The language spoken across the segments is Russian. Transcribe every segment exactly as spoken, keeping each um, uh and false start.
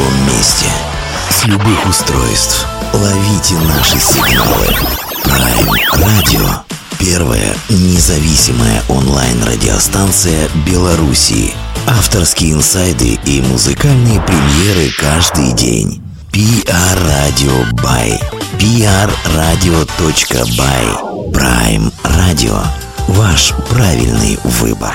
любом месте, с любых устройств. Ловите наши сигналы. Prime Radio. Первая независимая онлайн-радиостанция Беларуси. Авторские инсайды и музыкальные премьеры каждый день. пи ар Radio by пи ар радио точка бай. Prime Radio. Ваш правильный выбор.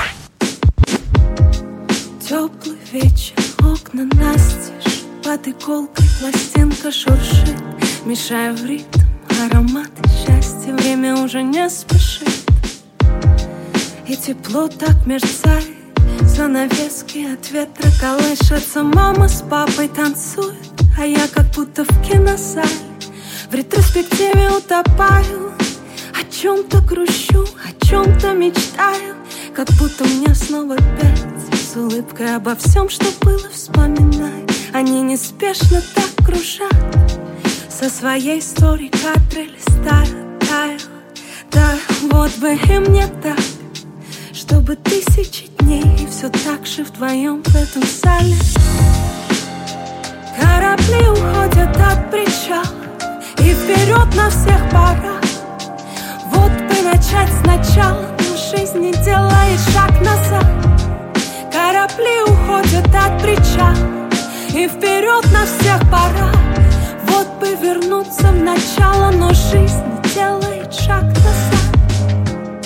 Теплый вечер, окна настежь, под иголкой пластинка шуршит, мешая в ритм ароматы счастья. Время уже не спешит, и тепло так мерцает. Занавески от ветра колышутся. Мама с папой танцуют, а я как будто в кинозале. В ретроспективе утопаю, о чем-то грущу, о чем-то мечтаю. Как будто мне снова пять, с улыбкой обо всем, что было, вспоминаю. Они неспешно так кружат, со своей историей кадры листают. Таю, да, вот бы и мне так, чтобы тысячи дней и все так же вдвоем в этом зале. Корабли уходят от причала, и вперед на всех парах. Вот бы начать сначала, но жизнь не делает шаг назад. Корабли уходят от причала, и вперед на всех парах. Вот бы вернуться в начало, но жизнь не делает шаг назад.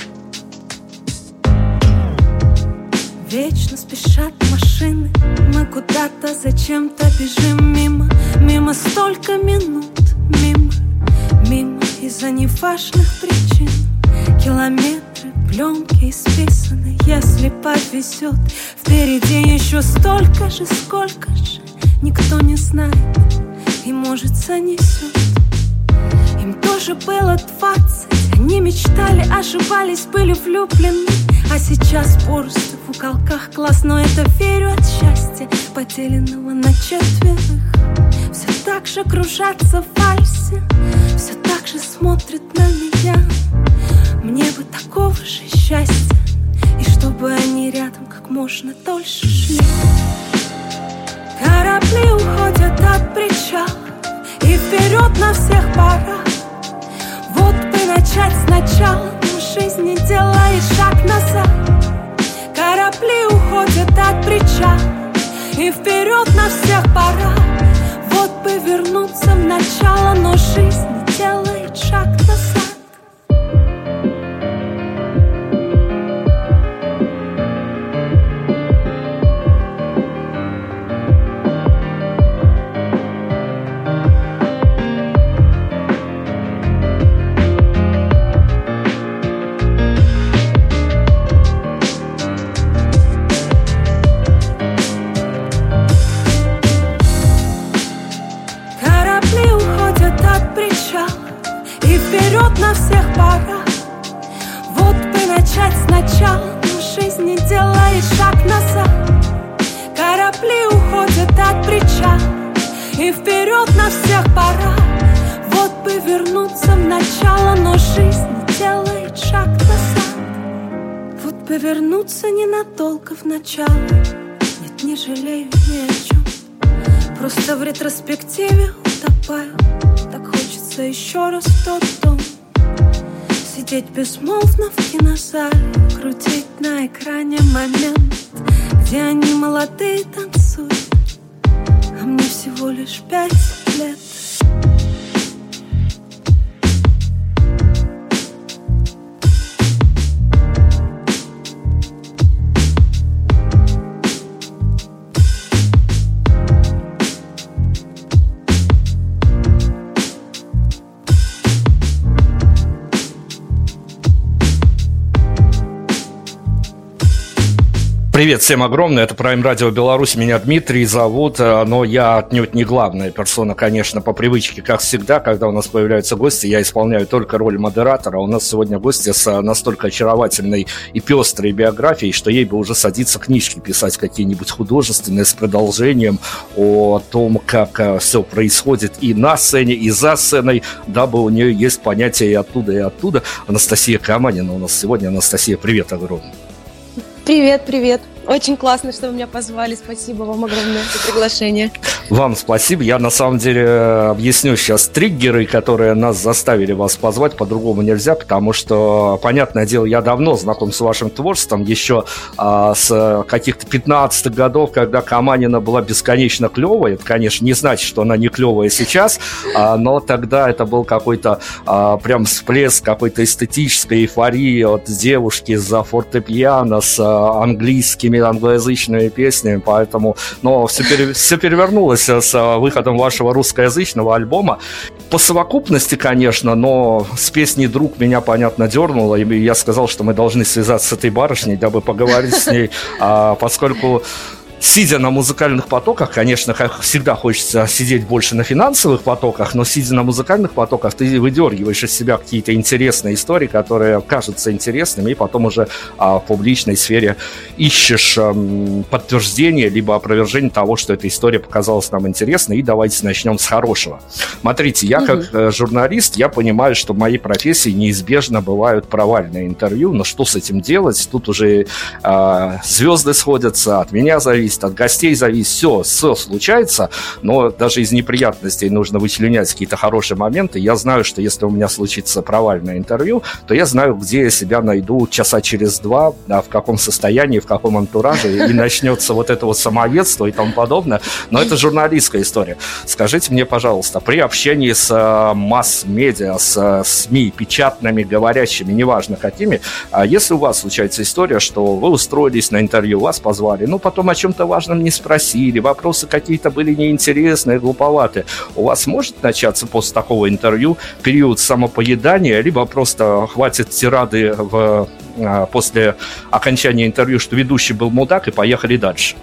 Вечно спешат машины, мы куда-то зачем-то бежим мимо. Мимо столько минут, мимо, мимо из-за неважных причин. Километры, пленки исписаны, если повезет. Впереди еще столько же, сколько же никто не знает и, может, занесет. Им тоже было двадцать, они мечтали, ошибались, были влюблены. А сейчас борозды в уголках глаз, но это верю от счастья, поделенного на четверых. Все так же кружатся в вальсе, все так же смотрят на меня. Мне бы такого же счастья, и чтобы они рядом как можно дольше шли. Корабли уходят от причала, и вперед на всех парах. Вот бы начать сначала, но жизнь не делает шаг назад. Корабли уходят от причала, и вперед на всех парах. Вот бы вернуться в начало, но жизнь не делает шаг назад. На всех парах. Вот бы начать сначала, но жизнь не делает шаг назад. Корабли уходят от причала, и вперед на всех парах. Вот бы вернуться в начало, но жизнь не делает шаг назад. Вот бы вернуться ненадолго в начало. Нет, не жалею ни о чем, просто в ретроспективе утопаю. Так хочется еще раз в тот дом. Сидеть безмолвно в кинозале, крутить на экране момент, где они молодые танцуют, а мне всего лишь пять лет. Привет всем огромное, это Prime Radio Беларусь, меня Дмитрий зовут, но я отнюдь не главная персона, конечно, по привычке, как всегда, когда у нас появляются гости, я исполняю только роль модератора. У нас сегодня гости с настолько очаровательной и пестрой биографией, что ей бы уже садиться книжки писать какие-нибудь художественные с продолжением о том, как все происходит и на сцене, и за сценой, дабы у нее есть понятие и оттуда, и оттуда. Анастасия Каманина у нас сегодня. Анастасия, привет огромное. Привет, привет. Очень классно, что вы меня позвали. Спасибо вам огромное за приглашение. Вам спасибо. Я на самом деле объясню сейчас триггеры, которые нас заставили вас позвать. По-другому нельзя, потому что, понятное дело, я давно знаком с вашим творчеством, еще а, с каких-то пятнадцатых годов, когда Каманина была бесконечно клевой. Это, конечно, не значит, что она не клевая сейчас, а, но тогда это был какой-то а, прям всплеск какой-то эстетической эйфории от девушки за фортепиано с а, английскими, англоязычными песнями, поэтому, но все, пере, все перевернулось с выходом вашего русскоязычного альбома. По совокупности, конечно, но с песней «Друг» меня, понятно, дернуло, и я сказал, что мы должны связаться с этой барышней, дабы поговорить с ней, поскольку... Сидя на музыкальных потоках, конечно, как всегда хочется сидеть больше на финансовых потоках, но сидя на музыкальных потоках, ты выдергиваешь из себя какие-то интересные истории, которые кажутся интересными, и потом уже а, в публичной сфере ищешь а, подтверждение либо опровержение того, что эта история показалась нам интересной, и давайте начнем с хорошего. Смотрите, я как mm-hmm. журналист, я понимаю, что в моей профессии неизбежно бывают провальные интервью, но что с этим делать? Тут уже а, звезды сходятся, от меня зависит, от гостей зависит, все, все случается, но даже из неприятностей нужно вычленять какие-то хорошие моменты. Я знаю, что если у меня случится провальное интервью, то я знаю, где я себя найду часа через два, да, в каком состоянии, в каком антураже, и начнется вот это вот самоедство и тому подобное. Но это журналистская история. Скажите мне, пожалуйста, при общении с масс-медиа, с СМИ, печатными, говорящими, неважно какими, если у вас случается история, что вы устроились на интервью, вас позвали, ну, потом о чем-то важном не спросили, вопросы какие-то были неинтересные, глуповатые. У вас может начаться после такого интервью период самопоедания, либо просто хватит тирады в, после окончания интервью, что ведущий был мудак, и поехали дальше?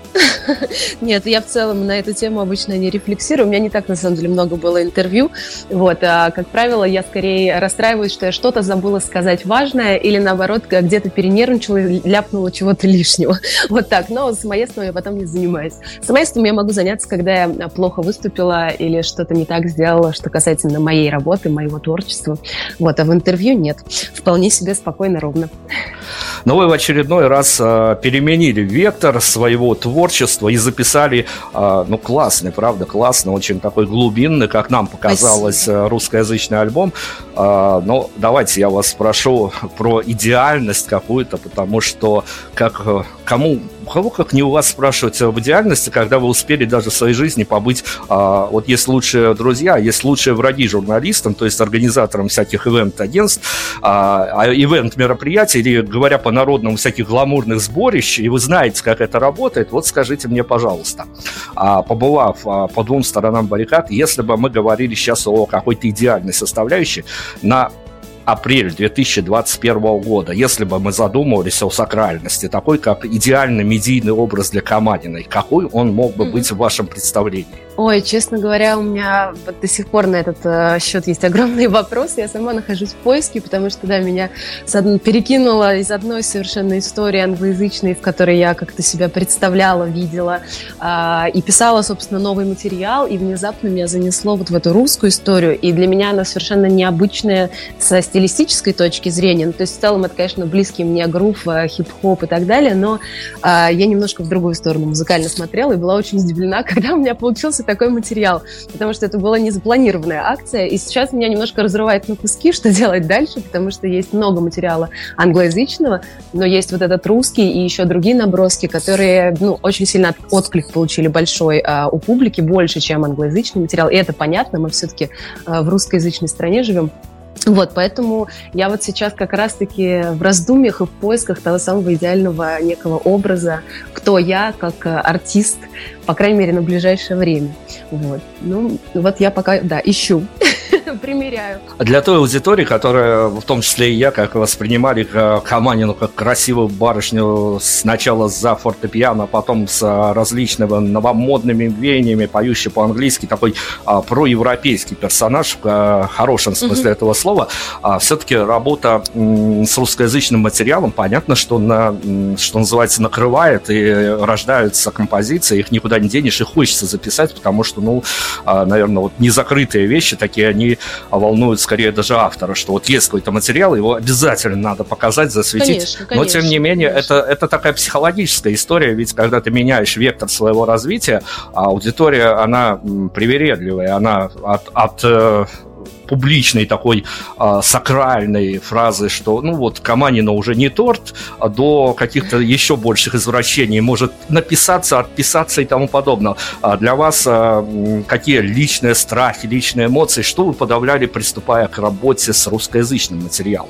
Нет, я в целом на эту тему обычно не рефлексирую. У меня не так, на самом деле, много было интервью. Вот, а, как правило, я скорее расстраиваюсь, что я что-то забыла сказать важное или, наоборот, где-то перенервничала и ляпнула чего-то лишнего. Вот так. Но самоедством я потом не занимаюсь. Самоедством я могу заняться, когда я плохо выступила или что-то не так сделала, что касательно моей работы, моего творчества. Вот, а в интервью нет. Вполне себе спокойно, ровно. Но вы в очередной раз а, переменили вектор своего творчества и записали, а, ну, классный, правда, классный, очень такой глубинный, как нам показалось, Спасибо. Русскоязычный альбом. А, но давайте я вас спрошу про идеальность какую-то, потому что как, кому, кого как не у вас спрашивать об идеальности, когда вы успели даже в своей жизни побыть, а, вот есть лучшие друзья, есть лучшие враги журналистам, то есть организаторам всяких ивент-агентств, а, ивент-мероприятий, или, говоря по-народному, всяких гламурных сборищ, и вы знаете, как это работает. Вот скажите мне, пожалуйста, а, побывав а, по двум сторонам баррикад, если бы мы говорили сейчас о какой-то идеальной составляющей, на апрель две тысячи двадцать первого года, если бы мы задумывались о сакральности, такой как идеальный медийный образ для Каманиной, какой он мог бы быть в вашем представлении? Ой, честно говоря, у меня вот до сих пор на этот э, счет есть огромные вопросы. Я сама нахожусь в поиске, потому что, да, меня перекинуло из одной совершенно истории англоязычной, в которой я как-то себя представляла, видела э, и писала, собственно, новый материал, и внезапно меня занесло вот в эту русскую историю, и для меня она совершенно необычная со стилистической точки зрения. Ну, то есть в целом это, конечно, близкий мне грув, э, хип-хоп и так далее, но э, я немножко в другую сторону музыкально смотрела и была очень удивлена, когда у меня получился такой материал, потому что это была незапланированная акция, и сейчас меня немножко разрывает на куски, что делать дальше, потому что есть много материала англоязычного, но есть вот этот русский и еще другие наброски, которые, ну, очень сильно отклик получили большой а, у публики, больше, чем англоязычный материал, и это понятно, мы все-таки а, в русскоязычной стране живем. Вот, поэтому я вот сейчас как раз-таки в раздумьях и в поисках того самого идеального некого образа, кто я как артист, по крайней мере, на ближайшее время. Вот. Ну, вот я пока, да, ищу, примеряю. Для той аудитории, которая, в том числе и я, как воспринимали Каманину как красивую барышню сначала за фортепиано, а потом с различными новомодными веяниями, поющий по-английски, такой а, проевропейский персонаж, в а, хорошем смысле mm-hmm. этого слова, а, все-таки работа м, с русскоязычным материалом, понятно, что, на, что называется, накрывает, и рождаются композиции, их никуда не денешь, и хочется записать, потому что, ну, а, наверное, вот незакрытые вещи такие, они волнуют скорее даже автора, что вот есть какой-то материал, его обязательно надо показать, засветить. Конечно, конечно, но, тем не менее, это, это такая психологическая история, ведь когда ты меняешь вектор своего развития, аудитория, она привередливая, она от... от публичной такой а, сакральной фразы, что ну вот Каманина уже не торт, а до каких-то еще больших извращений может написаться, отписаться и тому подобное. А для вас а, какие личные страхи, личные эмоции, что вы подавляли, приступая к работе с русскоязычным материалом?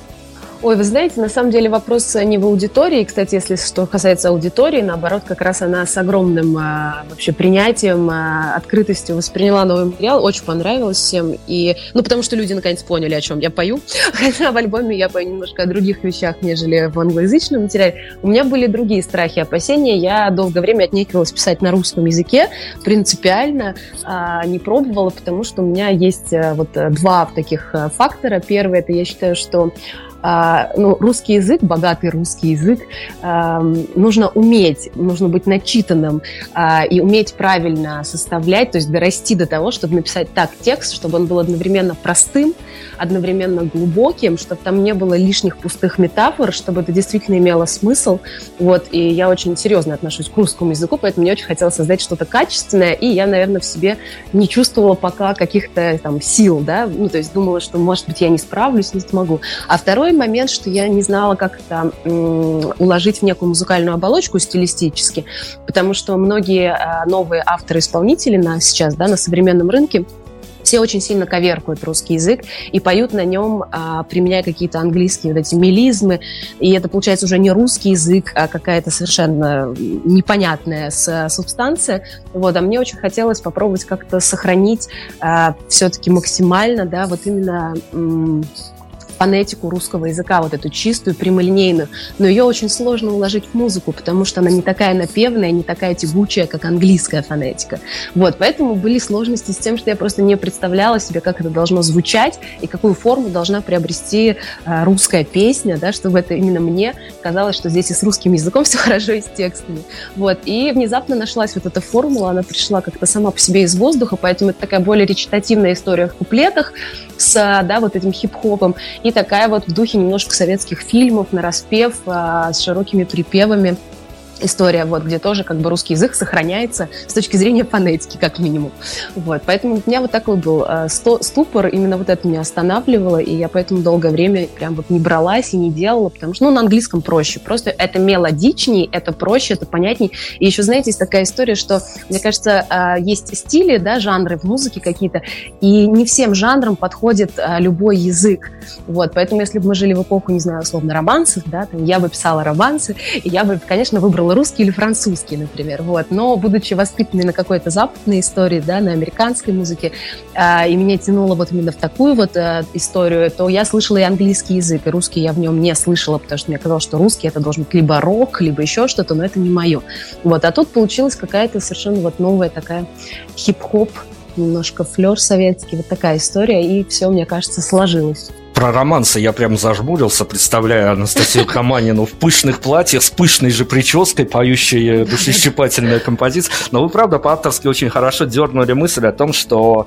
Ой, вы знаете, на самом деле вопрос не в аудитории. Кстати, если что касается аудитории, наоборот, как раз она с огромным а, вообще принятием, а, открытостью восприняла новый материал. Очень понравилось всем. И, ну, потому что люди наконец поняли, о чем я пою. Хотя в альбоме я пою немножко о других вещах, нежели в англоязычном материале. У меня были другие страхи и опасения. Я долгое время отнекивалась писать на русском языке. Принципиально а, не пробовала, потому что у меня есть а, вот два таких а, фактора. Первый, это я считаю, что Uh, ну, русский язык, богатый русский язык, uh, нужно уметь, нужно быть начитанным uh, и уметь правильно составлять, то есть дорасти до того, чтобы написать так текст, чтобы он был одновременно простым, одновременно глубоким, чтобы там не было лишних пустых метафор, чтобы это действительно имело смысл. Вот, и я очень серьезно отношусь к русскому языку, поэтому мне очень хотелось создать что-то качественное, и я, наверное, в себе не чувствовала пока каких-то там сил, да, ну, то есть думала, что, может быть, я не справлюсь, не смогу. А второй момент, что я не знала, как это м, уложить в некую музыкальную оболочку стилистически, потому что многие а, новые авторы-исполнители на, сейчас, да, на современном рынке, все очень сильно коверкуют русский язык и поют на нем, а, применяя какие-то английские вот эти мелизмы, и это получается уже не русский язык, а какая-то совершенно непонятная субстанция. Вот, а мне очень хотелось попробовать как-то сохранить а, все-таки максимально, да, вот именно... М- фонетику русского языка, вот эту чистую, прямолинейную, но ее очень сложно уложить в музыку, потому что она не такая напевная, не такая тягучая, как английская фонетика. Вот, поэтому были сложности с тем, что я просто не представляла себе, как это должно звучать и какую форму должна приобрести э, русская песня, да, чтобы это именно мне казалось, что здесь и с русским языком все хорошо, и с текстами. Вот, и внезапно нашлась вот эта формула, она пришла как-то сама по себе из воздуха, поэтому это такая более речитативная история в куплетах с, да, вот этим хип-хопом, и такая вот в духе немножко советских фильмов, нараспев, а, с широкими припевами история, вот, где тоже как бы русский язык сохраняется с точки зрения фонетики, как минимум. Вот, поэтому у меня вот такой был э, сто, ступор, именно вот это меня останавливало, и я поэтому долгое время прям вот не бралась и не делала, потому что, ну, на английском проще, просто это мелодичнее, это проще, это понятнее. И еще, знаете, есть такая история, что, мне кажется, э, есть стили, да, жанры в музыке какие-то, и не всем жанрам подходит э, любой язык. Вот, поэтому если бы мы жили в эпоху, не знаю, условно, романсов, да, там, я бы писала романсы, и я бы, конечно, выбрала русский или французский, например, вот. Но, будучи воспитанной на какой-то западной истории, да, на американской музыке, э, и меня тянуло вот именно в такую вот э, историю, то я слышала и английский язык, и русский я в нем не слышала, потому что мне казалось, что русский это должен быть либо рок, либо еще что-то, но это не мое. Вот. А тут получилась какая-то совершенно вот новая такая хип-хоп, немножко флёр советский, вот такая история, и все, мне кажется, сложилось. Про романсы я прям зажмурился, представляя Анастасию Каманину в пышных платьях, с пышной же прической, поющей душещипательные композиции. Но вы, правда, по-авторски очень хорошо дернули мысль о том, что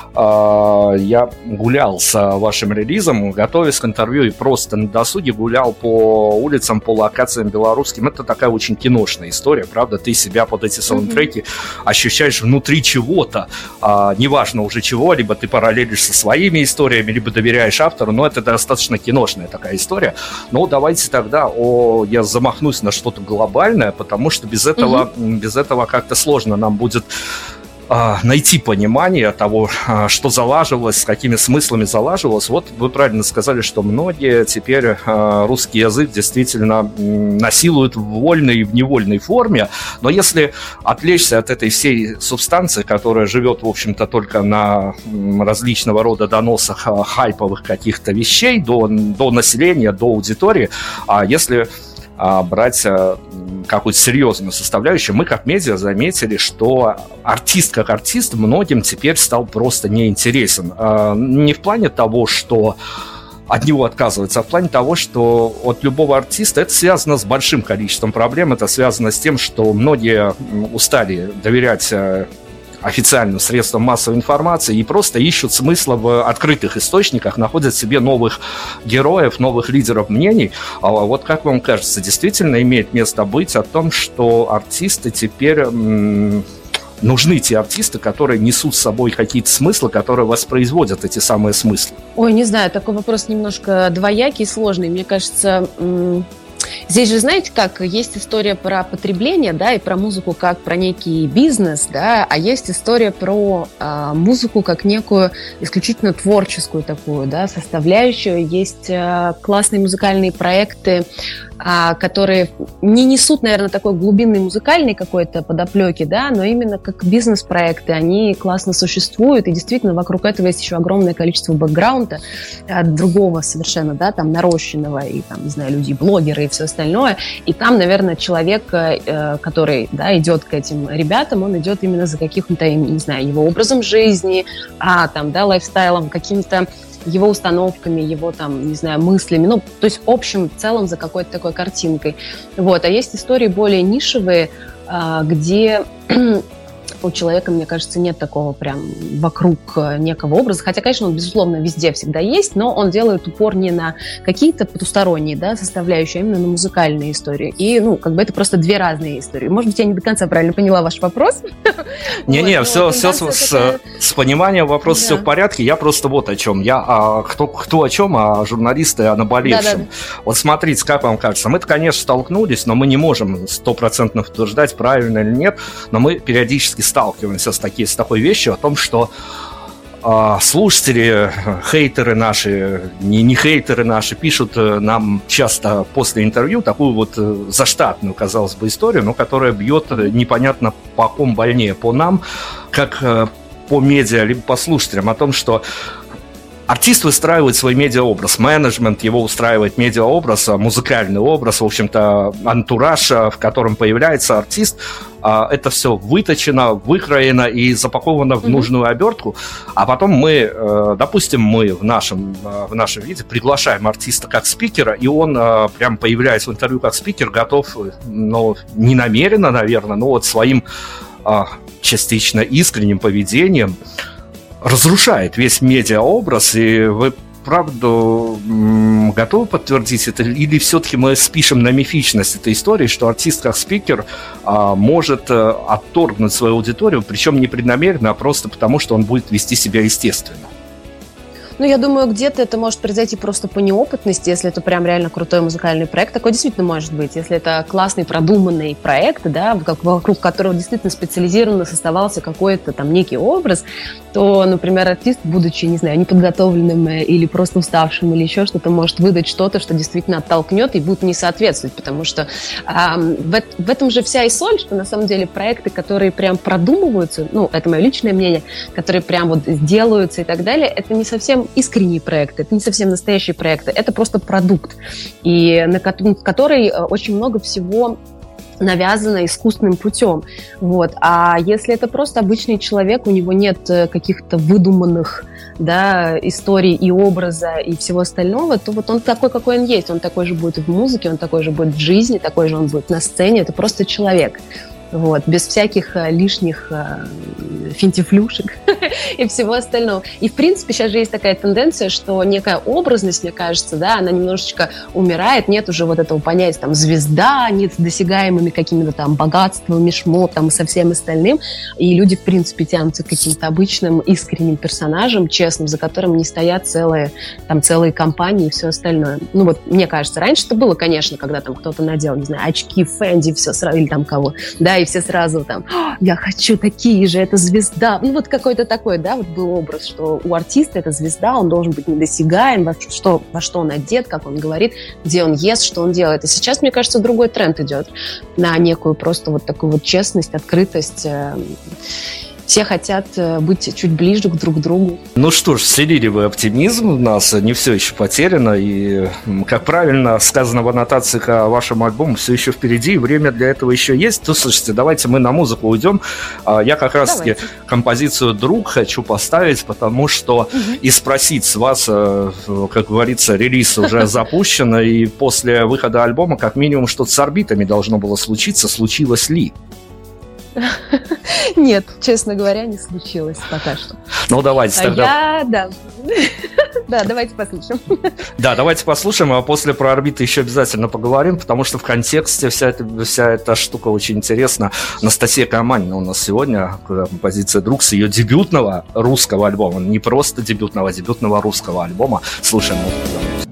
э, я гулял с вашим релизом, готовясь к интервью, и просто на досуге гулял по улицам, по локациям белорусским. Это такая очень киношная история, правда? Ты себя под эти саундтреки mm-hmm. ощущаешь внутри чего-то, э, неважно уже чего, либо ты параллелишь со своими историями, либо доверяешь автору, но это достаточно киношная такая история. Но давайте тогда о, я замахнусь на что-то глобальное, потому что без этого, угу. без этого как-то сложно нам будет а, найти понимание того, а, что залаживалось, с какими смыслами залаживалось. Вот вы правильно сказали, что многие теперь а, русский язык действительно м, насилуют в вольной и в невольной форме, но если отвлечься от этой всей субстанции, которая живет, в общем-то, только на м, различного рода доносах а, хайповых каких-то вещей до, до населения, до аудитории, а если а, брать а, какую-то серьезную составляющую, мы как медиа заметили, что артист как артист многим теперь стал просто неинтересен. А, не в плане того, что от него отказываются, а в плане того, что от любого артиста это связано с большим количеством проблем, это связано с тем, что многие устали доверять официальным средствам массовой информации и просто ищут смысла в открытых источниках, находят себе новых героев, новых лидеров мнений. А вот как вам кажется, действительно имеет место быть о том, что артисты теперь... М- нужны те артисты, которые несут с собой какие-то смыслы, которые воспроизводят эти самые смыслы? Ой, не знаю, такой вопрос немножко двоякий, сложный. Мне кажется, м- здесь же, знаете, как есть история про потребление, да, и про музыку как про некий бизнес, да, а есть история про э, музыку как некую исключительно творческую такую, да, составляющую. Есть э, классные музыкальные проекты, э, которые не несут, наверное, такой глубинной музыкальной какой-то подоплеки, да, но именно как бизнес-проекты, они классно существуют, и действительно вокруг этого есть еще огромное количество бэкграунда, э, другого совершенно, да, там, нарощенного, и там, не знаю, люди, блогеры и все остальное. И там, наверное, человек, э, который, да, идет к этим ребятам, он идет именно за каким-то, не знаю, его образом жизни, а, там, да, лайфстайлом, каким-то его установками, его, там, не знаю, мыслями, ну, то есть общим, в целом, за какой-то такой картинкой. Вот. А есть истории более нишевые, э, где... у человека, мне кажется, нет такого прям вокруг некого образа. Хотя, конечно, он, безусловно, везде всегда есть, но он делает упор не на какие-то потусторонние, да, составляющие, а именно на музыкальные истории. И, ну, как бы это просто две разные истории. Может быть, я не до конца правильно поняла ваш вопрос. Не-не, все с пониманием вопроса все в порядке. Я просто вот о чем. Я кто о чем, а журналисты о наболевшем. Вот смотрите, как вам кажется. Мы-то, конечно, столкнулись, но мы не можем стопроцентно утверждать, правильно или нет, но мы периодически сталкиваемся с, таки, с такой вещью о том, что э, слушатели, хейтеры наши, не, не хейтеры наши, пишут нам часто после интервью такую вот э, заштатную, казалось бы, историю, но которая бьет непонятно по ком больнее, по нам, как э, по медиа, либо по слушателям, о том, что артист выстраивает свой медиаобраз, менеджмент его устраивает медиаобраз, музыкальный образ, в общем-то, антураж, в котором появляется артист. Это все выточено, выкроено и запаковано в нужную обертку. А потом мы, допустим, мы в нашем, в нашем виде приглашаем артиста как спикера, и он прям появляется в интервью как спикер, готов, ну, не намеренно, наверное, но вот своим частично искренним поведением разрушает весь медиаобраз, и вы, правда, готовы подтвердить это? Или все-таки мы спишем на мифичность этой истории, что артист как спикер а, может а, отторгнуть свою аудиторию, причем не преднамеренно, а просто потому, что он будет вести себя естественно? Ну, я думаю, где-то это может произойти просто по неопытности, если это прям реально крутой музыкальный проект. Такой действительно может быть. Если это классный, продуманный проект, да, вокруг которого действительно специализированно создавался какой-то там некий образ, то, например, артист, будучи, не знаю, неподготовленным или просто уставшим или еще что-то, может выдать что-то, что действительно оттолкнет и будет не соответствовать, потому что э, в, в этом же вся и соль, что на самом деле проекты, которые прям продумываются, ну, это мое личное мнение, которые прям вот делаются и так далее, это не совсем искренние проекты, это не совсем настоящие проекты, это просто продукт, и на который очень много всего навязано искусственным путем. Вот. А если это просто обычный человек, у него нет каких-то выдуманных, да, историй и образа и всего остального, то вот он такой, какой он есть. Он такой же будет в музыке, он такой же будет в жизни, такой же он будет на сцене. Это просто человек. Вот, без всяких а, лишних а, финтифлюшек и всего остального. И, в принципе, сейчас же есть такая тенденция, что некая образность, мне кажется, да, она немножечко умирает, нет уже вот этого понятия, там, звезда, нет с досягаемыми какими-то там богатствами, шмотом и со всем остальным, и люди, в принципе, тянутся к каким-то обычным, искренним персонажам, честным, за которым не стоят целые, там, целые компании и все остальное. Ну, вот, мне кажется, раньше это было, конечно, когда там кто-то надел, не знаю, очки, Фенди, все сразу, или там кого, да, и все сразу там, я хочу такие же, это звезда. Ну, вот какой-то такой, да, вот был образ, что у артиста это звезда, он должен быть недосягаем, во что, во что он одет, как он говорит, где он ест, что он делает. И сейчас, мне кажется, другой тренд идет на некую просто вот такую вот честность, открытость. Все хотят быть чуть ближе друг к другу. Ну что ж, вселили вы оптимизм в нас, не все еще потеряно. И, как правильно сказано в аннотации к вашему альбому, все еще впереди, и время для этого еще есть. То, слушайте, давайте мы на музыку уйдем. Я как раз-таки композицию «Друг» хочу поставить, потому что угу. и спросить с вас, как говорится, релиз уже запущен, и после выхода альбома как минимум что-то с орбитами должно было случиться. Случилось ли? Нет, честно говоря, не случилось пока что. Ну, давайте тогда... Я, да. Да, давайте послушаем. Да, давайте послушаем, а после про орбиты еще обязательно поговорим, потому что в контексте вся эта, вся эта штука очень интересна. Анастасия Каманина у нас сегодня, композиция «Друг» с ее дебютного русского альбома. Не просто дебютного, а дебютного русского альбома. Слушаем музыку.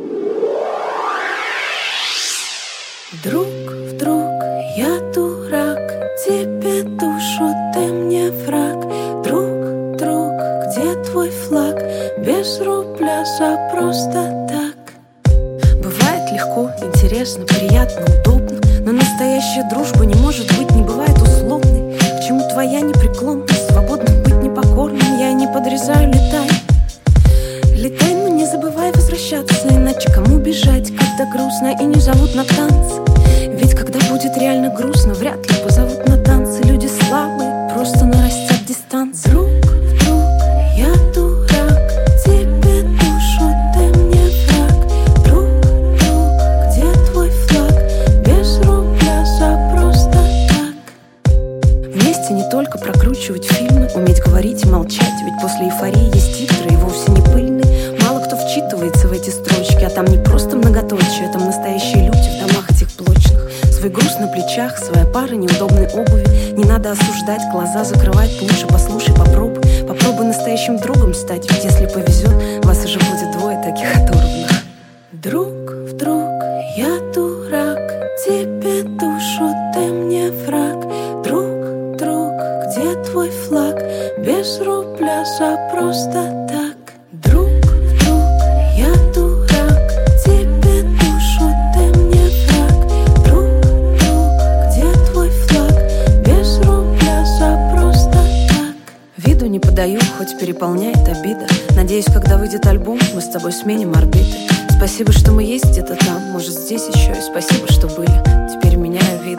Друг, вдруг я дурак, тебе душу, ты мне враг. Друг, друг, где твой флаг? Без рубляжа, просто так. Бывает легко, интересно, приятно, удобно, но настоящая дружба не может быть, не бывает условной. К чему твоя непреклонность? Свободным быть непокорным я не подрезаю, летай. Летай, но не забывай возвращаться, иначе кому бежать, когда грустно и не зовут на танцы? Ведь когда будет реально грустно, вряд ли позовут на танцы. Люди слабые, просто нарастят дистанцию. Друг, вдруг я дурак, тебе душу, ты мне враг. Друг, друг, где твой флаг? Без рубляжа, просто так. Вместе не только прокручивать фильмы, уметь говорить и молчать, ведь после эйфории есть титры и вовсе не пыльные. Мало кто вчитывается в эти строчки, а там не просто многоточие, там настоящие люди в домах этих блочных. Свой груз на плечах, своя пара неудобной обуви. Не надо осуждать, глаза закрывать, лучше послушай, попробуй. Попробуй настоящим другом стать, ведь если повезет, вас уже будет двое таких оторванных. Друг, вдруг я дурак, тебе душу, ты мне враг. Друг, друг, где твой флаг? Без рубляжа, просто так. Друг, вдруг я дурак, тебе душу, ты мне враг. Друг, друг, где твой флаг? Без рубляжа, просто так. Виду не подаю, хоть переполняет обида. Надеюсь, когда выйдет альбом, мы с тобой сменим орбиты. Спасибо, что мы есть где-то там, может здесь еще. И спасибо, что были, теперь меняю виды.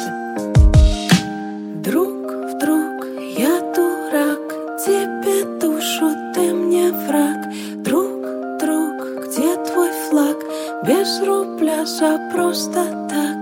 Друг, вдруг я дурак, тебе душу, ты мне враг. Друг, друг, где твой флаг? Без рубляжа, просто так.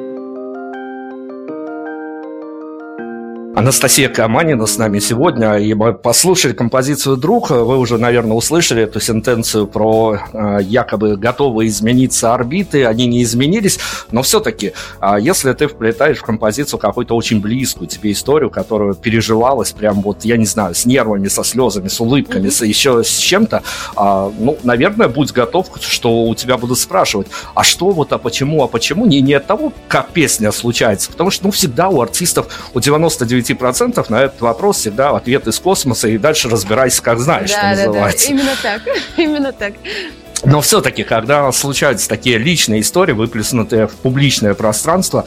Анастасия Каманина с нами сегодня, и мы послушали композицию «Друг». Вы уже, наверное, услышали эту сентенцию про э, якобы готовые измениться орбиты. Они не изменились, но все-таки, э, если ты вплетаешь в композицию какую-то очень близкую тебе историю, которая переживалась прям вот, я не знаю, с нервами, со слезами, с улыбками, mm-hmm. с, еще с чем-то, э, ну, наверное, будь готов, что у тебя будут спрашивать, а что вот, а почему, а почему? Не, не от того, как песня случается, потому что, ну, всегда у артистов, у девяносто девять процентов на этот вопрос всегда ответ из космоса, и дальше разбирайся, как знаешь, да, что да, называется. Да, именно так, именно так. Но все-таки, когда случаются такие личные истории, выплеснутые в публичное пространство,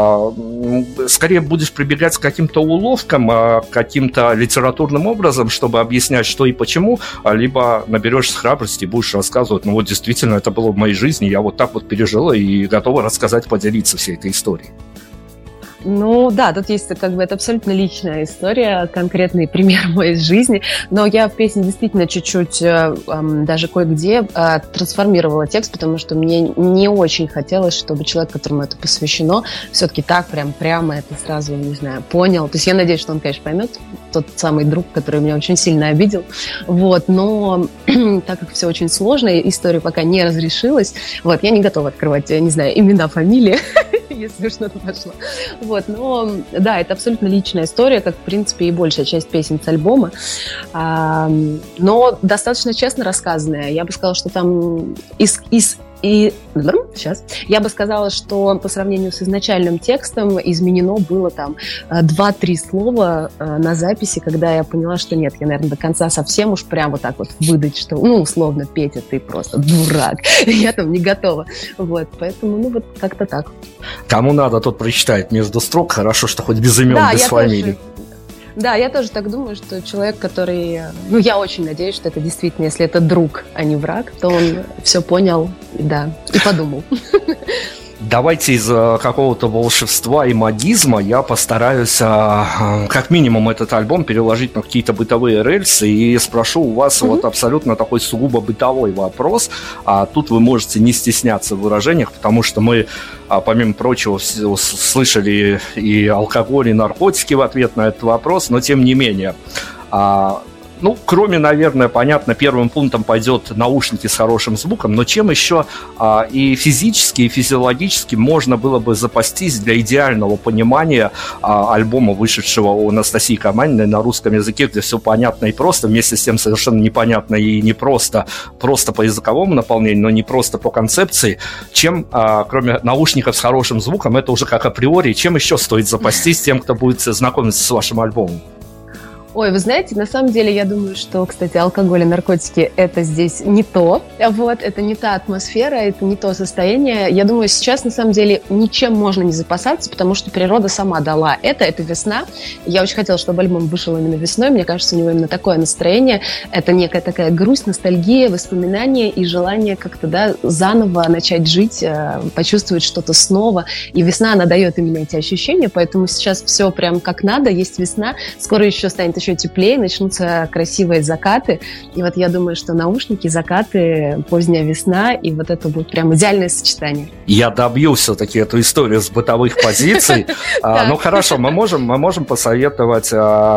скорее будешь прибегать к каким-то уловкам, к каким-то литературным образом, чтобы объяснять, что и почему, либо наберешься храбрости и будешь рассказывать, ну вот действительно, это было в моей жизни, я вот так вот пережила и готова рассказать, поделиться всей этой историей. Ну да, тут есть как бы это абсолютно личная история, конкретный пример мой из жизни, но я в песне действительно чуть-чуть э, э, даже кое-где э, трансформировала текст, потому что мне не очень хотелось, чтобы человек, которому это посвящено, все-таки так прям прямо это сразу, не знаю, понял. То есть я надеюсь, что он, конечно, поймет, тот самый друг, который меня очень сильно обидел, вот, но так как все очень сложно, история пока не разрешилась, вот, я не готова открывать, не знаю, имена, фамилии, если что-то пошло. Вот, но да, это абсолютно личная история, как, в принципе, и большая часть песен с альбома. А, но достаточно честно рассказанная. Я бы сказала, что там из... из И сейчас я бы сказала, что по сравнению с изначальным текстом изменено было там два-три слова на записи, когда я поняла, что нет, я, наверное, до конца совсем уж прям вот так вот выдать, что, ну, условно, Петя, ты просто дурак. Я там не готова. Вот, поэтому, ну, вот как-то так. Кому надо, тот прочитает между строк. Хорошо, что хоть без имен, да, без фамилий. Тоже... Да, я тоже так думаю, что человек, который... Ну, я очень надеюсь, что это действительно, если это друг, а не враг, то он все понял, да, и подумал. Давайте из какого-то волшебства и магизма я постараюсь как минимум этот альбом переложить на какие-то бытовые рельсы и спрошу у вас mm-hmm. вот абсолютно такой сугубо бытовой вопрос. А тут вы можете не стесняться в выражениях, потому что мы, помимо прочего, слышали и алкоголь, и наркотики в ответ на этот вопрос, но тем не менее... Ну, кроме, наверное, понятно, первым пунктом пойдет наушники с хорошим звуком, но чем еще а, и физически, и физиологически можно было бы запастись для идеального понимания а, альбома, вышедшего у Анастасии Каманиной на русском языке, где все понятно и просто, вместе с тем совершенно непонятно и не просто, просто по языковому наполнению, но не просто по концепции, чем, а, кроме наушников с хорошим звуком, это уже как априори, чем еще стоит запастись тем, кто будет знакомиться с вашим альбомом? Ой, вы знаете, на самом деле, я думаю, что, кстати, алкоголь и наркотики – это здесь не то. Вот, это не та атмосфера, это не то состояние. Я думаю, сейчас, на самом деле, ничем можно не запасаться, потому что природа сама дала это. Это весна. Я очень хотела, чтобы альбом вышел именно весной. Мне кажется, у него именно такое настроение. Это некая такая грусть, ностальгия, воспоминания и желание как-то, да, заново начать жить, почувствовать что-то снова. И весна, она дает именно эти ощущения, поэтому сейчас все прям как надо. Есть весна. Скоро еще станет еще теплее, начнутся красивые закаты. И вот я думаю, что наушники, закаты, поздняя весна, и вот это будет прям идеальное сочетание. Я добью все-таки эту историю с бытовых позиций. Ну хорошо, мы можем мы можем посоветовать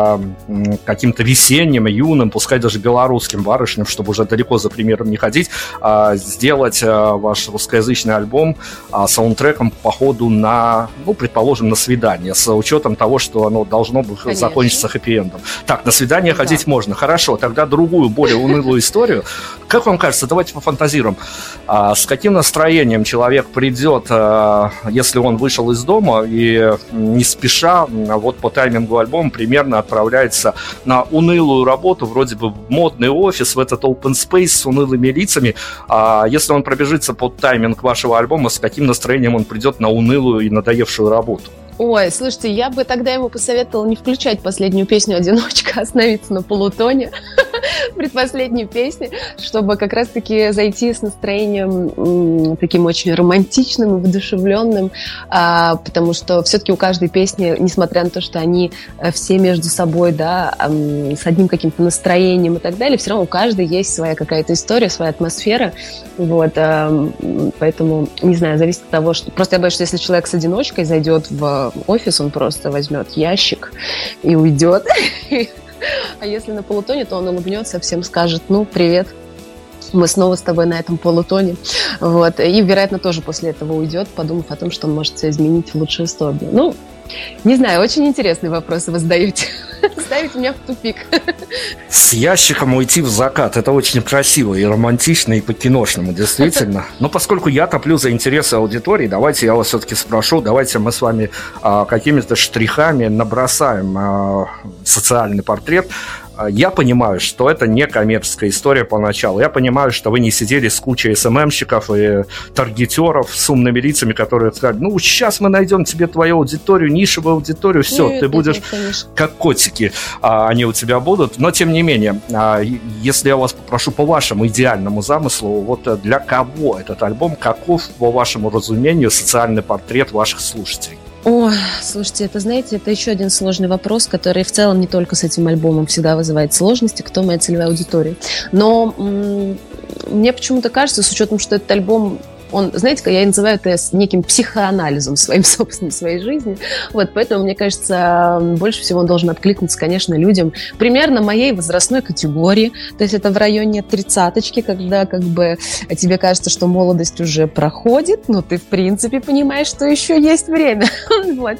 каким-то весенним, юным, пускай даже белорусским барышням, чтобы уже далеко за примером не ходить, сделать ваш русскоязычный альбом саундтреком по ходу на, ну, предположим, на свидание, с учетом того, что оно должно закончиться хэппи-эндом. Так, на свидание да. ходить можно. Хорошо, тогда другую, более унылую историю. Как вам кажется, давайте пофантазируем. А, с каким настроением человек придет, а, если он вышел из дома и не спеша, вот по таймингу альбома, примерно отправляется на унылую работу, вроде бы в модный офис, в этот open space с унылыми лицами. А, если он пробежится под тайминг вашего альбома, с каким настроением он придет на унылую и надоевшую работу? Ой, слушайте, я бы тогда ему посоветовала не включать последнюю песню «Одиночка», а остановиться на полутоне предпоследней песни, чтобы как раз-таки зайти с настроением м, таким очень романтичным и воодушевленным, а, потому что все-таки у каждой песни, несмотря на то, что они все между собой, да, м, с одним каким-то настроением и так далее, все равно у каждой есть своя какая-то история, своя атмосфера, вот, а, поэтому, не знаю, зависит от того, что... Просто я боюсь, что если человек с одиночкой зайдет в офис, он просто возьмет ящик и уйдет. А если на полутоне, то он улыбнется, всем скажет: ну, привет, мы снова с тобой на этом полутоне. Вот. И, вероятно, тоже после этого уйдет, подумав о том, что он может все изменить в лучшую сторону. Ну, не знаю, очень интересные вопросы вы задаете. Ставите меня в тупик. С ящиком уйти в закат. Это очень красиво и романтично, и по-киношному, действительно. Но поскольку я топлю за интересы аудитории, давайте я вас все-таки спрошу, давайте мы с вами а, какими-то штрихами набросаем а, социальный портрет. Я понимаю, что это не коммерческая история поначалу. Я понимаю, что вы не сидели с кучей эс эм эм-щиков и таргетеров с умными лицами, которые сказали: ну, сейчас мы найдем тебе твою аудиторию, нишевую аудиторию, все, нет, ты будешь нет, как котики, а, они у тебя будут. Но, тем не менее, а, если я вас попрошу по вашему идеальному замыслу, вот для кого этот альбом, каков, по вашему разумению, социальный портрет ваших слушателей? О, слушайте, это, знаете, это еще один сложный вопрос, который в целом не только с этим альбомом всегда вызывает сложности, кто моя целевая аудитория. Но м- мне почему-то кажется, с учетом, что этот альбом, он, знаете, я называю это неким психоанализом своим собственным, своей жизни. Вот, поэтому, мне кажется, больше всего он должен откликнуться, конечно, людям примерно моей возрастной категории. То есть это в районе тридцаточки, когда как бы тебе кажется, что молодость уже проходит, но ты, в принципе, понимаешь, что еще есть время. Вот.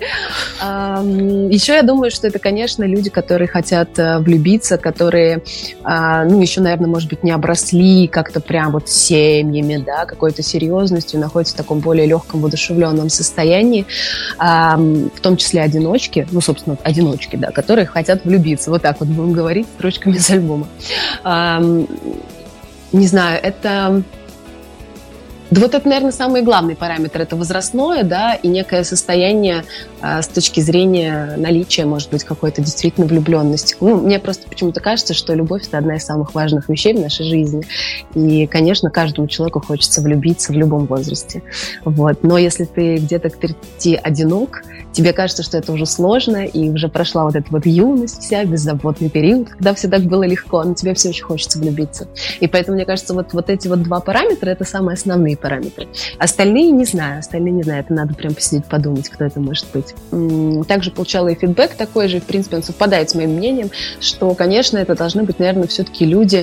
Еще я думаю, что это, конечно, люди, которые хотят влюбиться, которые, ну, еще, наверное, может быть, не обросли как-то прям вот семьями, да, какой-то серьезностью, находятся в таком более легком, воодушевленном состоянии, а, в том числе одиночки, ну, собственно, одиночки, да, которые хотят влюбиться. Вот так вот будем говорить строчками с альбома. А, не знаю, это... Да вот это, наверное, самый главный параметр. Это возрастное, да, и некое состояние э, с точки зрения наличия, может быть, какой-то действительно влюбленности. Ну, мне просто почему-то кажется, что любовь – это одна из самых важных вещей в нашей жизни. И, конечно, каждому человеку хочется влюбиться в любом возрасте. Вот. Но если ты где-то к тридцати одинок, тебе кажется, что это уже сложно, и уже прошла вот эта вот юность вся, беззаботный период, когда все так было легко, но тебе все очень хочется влюбиться. И поэтому, мне кажется, вот, вот эти вот два параметра – это самые основные параметры. Остальные не знаю, остальные не знаю, это надо прям посидеть, подумать, кто это может быть. Также получала и фидбэк такой же, в принципе, он совпадает с моим мнением, что, конечно, это должны быть, наверное, все-таки люди,